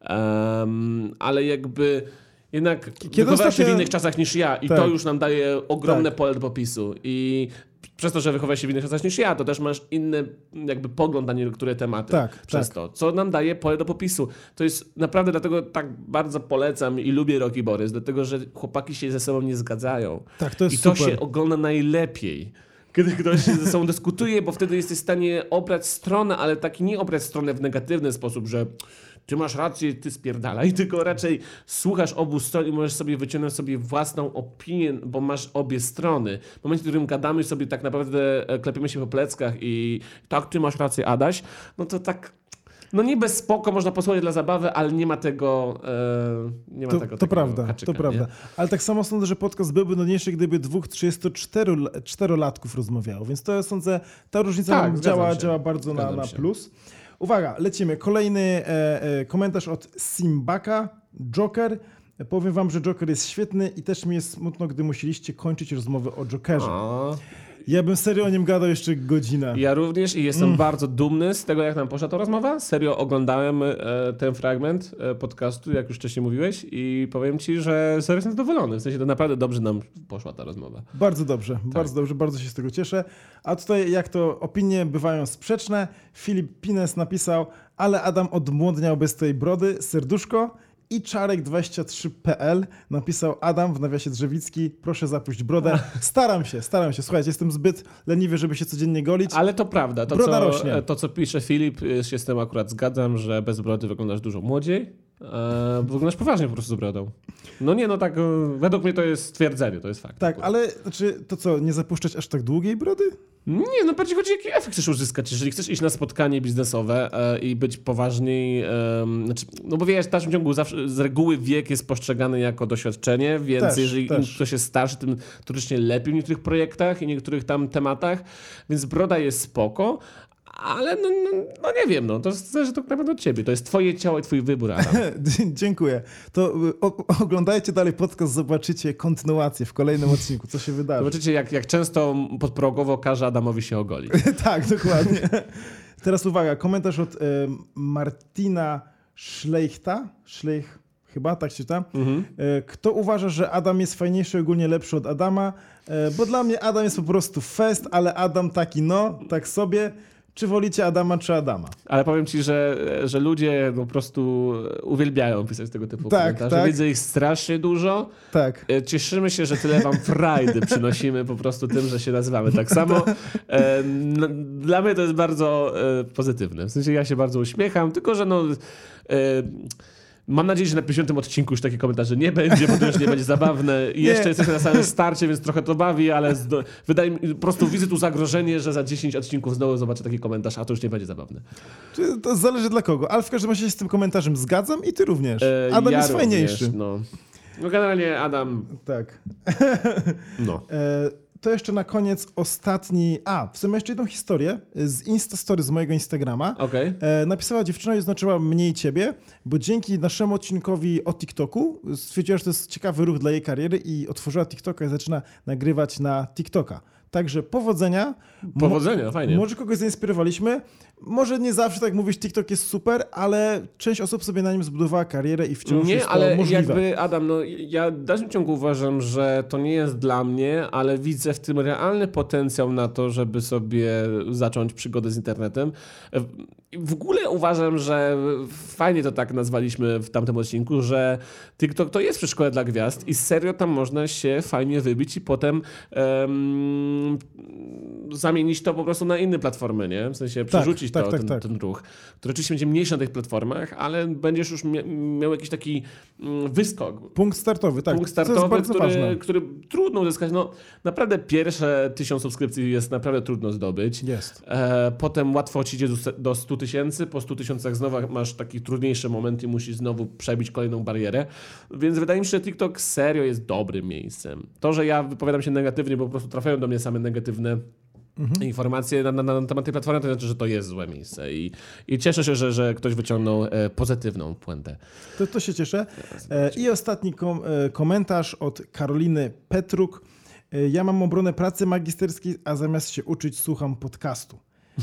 um, ale jakby... Jednak wychowałeś się w innych czasach niż ja i tak. to już nam daje ogromne tak. pole do popisu. I przez to, że wychowałeś się w innych czasach niż ja, to też masz inny jakby pogląd na niektóre tematy. Tak, przez tak. to, co nam daje pole do popisu. To jest naprawdę dlatego tak bardzo polecam i lubię Rocky Borys, dlatego że chłopaki się ze sobą nie zgadzają. Tak, to jest I to super. się ogląda najlepiej. Kiedy ktoś ze sobą dyskutuje, bo wtedy jesteś w stanie obrać stronę, ale taki nie obrać stronę w negatywny sposób, że ty masz rację, ty spierdalaj, tylko raczej słuchasz obu stron i możesz sobie wyciągnąć sobie własną opinię, bo masz obie strony. W momencie, w którym gadamy sobie tak naprawdę, klepiemy się po pleckach i tak, ty masz rację, Adaś, no to tak, no niby spoko, można posłuchać dla zabawy, ale nie ma tego, e, nie ma to, tego to prawda, haczyka, to prawda. Nie? Ale tak samo sądzę, że podcast byłby nudniejszy, gdyby dwóch trzydziestoczterolatków rozmawiało, więc to sądzę, ta różnica tak, działa, działa bardzo na, na plus. Uwaga, lecimy. Kolejny e, e, komentarz od Simbaka. Joker. Powiem wam, że Joker jest świetny i też mi jest smutno, gdy musieliście kończyć rozmowę o Jokerze. A. Ja bym serio o nim gadał jeszcze godzinę. Ja również i jestem mm. bardzo dumny z tego, jak nam poszła ta rozmowa. Serio oglądałem e, ten fragment e, podcastu, jak już wcześniej mówiłeś i powiem ci, że serio jestem zadowolony. W sensie to naprawdę dobrze nam poszła ta rozmowa. Bardzo dobrze, tak. bardzo dobrze, bardzo się z tego cieszę. A tutaj jak to opinie bywają sprzeczne, Filip Pines napisał, ale Adam odmłodniał bez tej brody, serduszko. I Czarek dwadzieścia trzy kropka p l napisał Adam w nawiasie Drzewicki, proszę zapuść brodę. Staram się, staram się. Słuchajcie, jestem zbyt leniwy, żeby się codziennie golić. Ale to prawda. To, Broda co, rośnie. to, co pisze Filip, się z tym akurat zgadzam, że bez brody wyglądasz dużo młodziej. E, wyglądasz poważnie po prostu z brodą. No nie, no tak, według mnie to jest stwierdzenie, to jest fakt. Tak, ale znaczy, to co, nie zapuszczać aż tak długiej brody? Nie, no bardziej chodzi, jaki efekt chcesz uzyskać. Jeżeli chcesz iść na spotkanie biznesowe e, i być poważniej, e, znaczy, no bo wiesz, w dalszym ciągu zawsze z reguły wiek jest postrzegany jako doświadczenie, więc też, jeżeli też. ktoś jest starszy, tym turycznie lepiej w niektórych projektach i niektórych tam tematach, więc broda jest spoko. Ale no, no, no nie wiem, no to zależy to naprawdę od ciebie. To jest twoje ciało i twój wybór, Adam. Dziękuję. To o, oglądajcie dalej podcast, zobaczycie kontynuację w kolejnym odcinku, co się wydarzy. Zobaczycie, jak, jak często podprogowo każe Adamowi się ogolić. Tak, dokładnie. Teraz uwaga, komentarz od y, Martina Szlejchta. Szlejch, chyba, tak się czyta. Mhm. Y, kto uważa, że Adam jest fajniejszy, ogólnie lepszy od Adama? Y, bo dla mnie Adam jest po prostu fest, ale Adam taki no, tak sobie. Czy wolicie Adama, czy Adama? Ale powiem ci, że, że ludzie po prostu uwielbiają pisać tego typu tak, komentarze. tak. Widzę ich strasznie dużo. Tak. Cieszymy się, że tyle wam frajdy przynosimy po prostu tym, że się nazywamy tak samo. No, dla mnie to jest bardzo pozytywne. W sensie ja się bardzo uśmiecham, tylko że no... Mam nadzieję, że na pięćdziesiątym odcinku już takie komentarze nie będzie, bo to już nie będzie zabawne. I jeszcze jesteśmy na samym starcie, więc trochę to bawi, ale zdo... wydaje mi po prostu widzę tu zagrożenie, że za dziesięć odcinków znowu zobaczę taki komentarz, a to już nie będzie zabawne. To zależy dla kogo, ale w każdym razie się z tym komentarzem zgadzam i ty również. Adam ja jest również, fajniejszy. No. no generalnie Adam... Tak. No. To jeszcze na koniec ostatni... A, w sumie jeszcze jedną historię z Instastory, z mojego Instagrama. Okay. E, napisała dziewczyna i oznaczyła mnie i ciebie, bo dzięki naszemu odcinkowi o TikToku stwierdziła, że to jest ciekawy ruch dla jej kariery i otworzyła TikToka i zaczyna nagrywać na TikToka. Także powodzenia. Powodzenia, Mo- fajnie. Może kogoś zainspirowaliśmy. Może nie zawsze tak mówisz, TikTok jest super, ale część osób sobie na nim zbudowała karierę i wciąż Nie, jest to ale możliwe. jakby Adam, no ja w dalszym ciągu uważam, że to nie jest dla mnie, ale widzę w tym realny potencjał na to, żeby sobie zacząć przygodę z internetem. W ogóle uważam, że fajnie to tak nazwaliśmy w tamtym odcinku, że TikTok to jest przedszkole dla gwiazd i serio tam można się fajnie wybić i potem um, zamienić to po prostu na inne platformy, nie? W sensie przerzucić tak, to, tak, ten, tak. ten ruch, który oczywiście będzie mniejszy na tych platformach, ale będziesz już mia- miał jakiś taki mm, wyskok. Punkt startowy, tak. Punkt To jest startowy, bardzo ważne. który, który trudno uzyskać. No, naprawdę pierwsze tysiąc subskrypcji jest naprawdę trudno zdobyć. Jest. E, potem łatwo ci idzie do, do stu tysięcy, po stu tysiącach znowu masz taki trudniejszy moment i musisz znowu przebić kolejną barierę. Więc wydaje mi się, że TikTok serio jest dobrym miejscem. To, że ja wypowiadam się negatywnie, bo po prostu trafiają do mnie same negatywne Mhm. informacje na, na, na temat tej platformy, to znaczy, że to jest złe miejsce i, i cieszę się, że, że ktoś wyciągnął e, pozytywną puentę. To, to się cieszę. E, I ostatni kom, e, komentarz od Karoliny Petruk. E, ja mam obronę pracy magisterskiej, a zamiast się uczyć, słucham podcastu.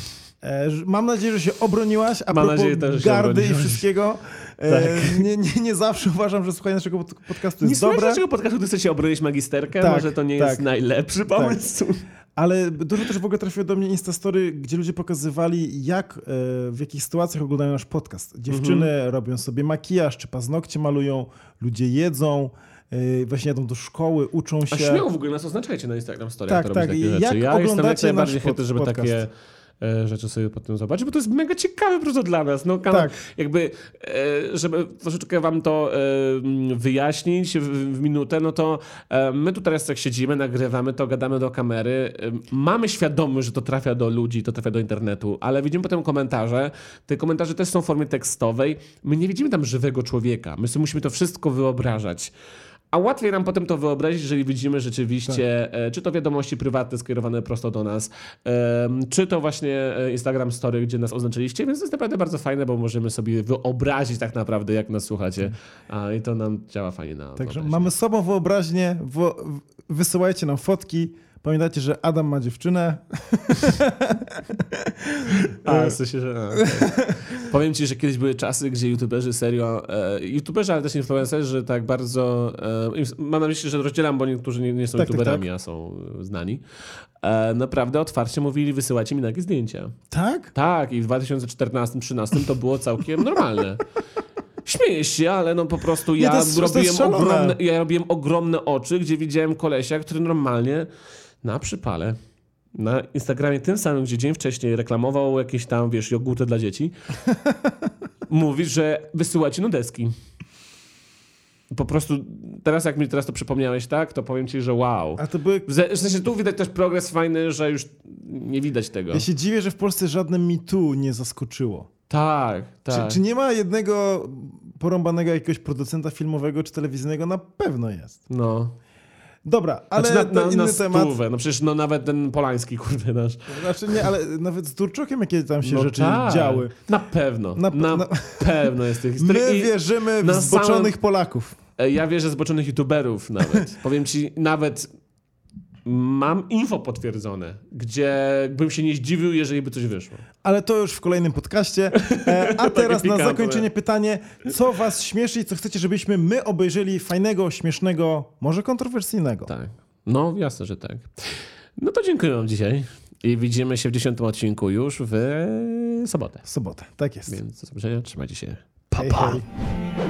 E, mam nadzieję, że się obroniłaś, a Mam propos nadzieję też, że się gardy i obroniłaś. wszystkiego. E, Tak. nie, nie, nie zawsze uważam, że słuchanie naszego pod- podcastu Nie jest słuchajcie dobre. naszego podcastu, gdy chcecie obronić magisterkę, Tak, może to nie tak. jest najlepszy pomysł. Ale dużo też w ogóle trafiło do mnie Instastory, gdzie ludzie pokazywali, jak, e, w jakich sytuacjach oglądają nasz podcast. Dziewczyny Mhm. robią sobie makijaż, czy paznokcie malują, ludzie jedzą, e, właśnie jadą do szkoły, uczą A się. śmiało w ogóle nas oznaczajcie na Instagram story, Tak, jak to tak. robić takie Jak rzeczy. Ja jestem jak oglądacie najbardziej nasz chętny, żeby podcast? takie e, rzeczy sobie potem zobaczyć, bo to jest mega ciekawe po prostu dla nas. No, kanał, Tak. Jakby, e, żeby troszeczkę wam to e, wyjaśnić w, w minutę, no to e, my tu teraz jak siedzimy, nagrywamy to, gadamy do kamery, e, mamy świadomość, że to trafia do ludzi, to trafia do internetu, ale widzimy potem komentarze. Te komentarze też są w formie tekstowej. My nie widzimy tam żywego człowieka. My sobie musimy to wszystko wyobrażać. A łatwiej nam potem to wyobrazić, jeżeli widzimy rzeczywiście, tak. e, czy to wiadomości prywatne skierowane prosto do nas, e, czy to właśnie e, Instagram Story, gdzie nas oznaczyliście, więc to jest naprawdę bardzo fajne, bo możemy sobie wyobrazić tak naprawdę, jak nas słuchacie. A, i to nam działa fajnie na Także wyobraźnię. mamy sobą wyobraźnię, wo, wysyłajcie nam fotki. Pamiętajcie, że Adam ma dziewczynę. A, w sensie, że... A, okay. Powiem ci, że kiedyś były czasy, gdzie youtuberzy serio, e, youtuberzy, ale też influencerzy tak bardzo, e, mam na myśli, że rozdzielam, bo niektórzy nie, nie są Tak, tak, youtuberami, tak. a są znani, e, naprawdę otwarcie mówili, wysyłajcie mi nagie zdjęcia. Tak? Tak, i w dwa tysiące czternastym trzynastym to było całkiem normalne. Śmiejesz się, ale no po prostu ja, to jest- to robiłem jest szalone. ogromne, ja robiłem ogromne oczy, gdzie widziałem kolesia, który normalnie na przypale na Instagramie tym samym, gdzie dzień wcześniej reklamował jakieś tam, wiesz, jogurty dla dzieci, mówi, że wysyłajcie nudeski. Po prostu teraz jak mi teraz to przypomniałeś, tak, to powiem ci, że wow. A to były... W ze- w sensie tu widać też progres fajny, że już nie widać tego. Ja się dziwię, że w Polsce żadne Me Too nie zaskoczyło. Tak, tak. Czy, czy nie ma jednego porąbanego jakiegoś producenta filmowego czy telewizyjnego? Na pewno jest. No. Dobra, ale Znaczy to na, na, inny na temat. stówę. No przecież no nawet ten Polański, kurde, nasz. Znaczy nie, ale nawet z Turczokiem jakie tam się no rzeczy tak. działy. Na pewno. Na- Na, na- pewno jest tych historii. My I, wierzymy w na zboczonych samym- Polaków. e, ja wierzę zboczonych youtuberów nawet. Powiem ci, nawet mam info potwierdzone, gdzie bym się nie zdziwił, jeżeli by coś wyszło. Ale to już w kolejnym podcaście. E, a teraz na pikantne. zakończenie pytanie, co was śmieszy i co chcecie, żebyśmy my obejrzeli fajnego, śmiesznego, może kontrowersyjnego? Tak. No, jasne, że tak. No to dziękuję wam dzisiaj i widzimy się w dziesiątym odcinku już w sobotę. W sobotę, tak jest. Więc do zobaczenia, trzymajcie się. Pa, Hej, pa. hej.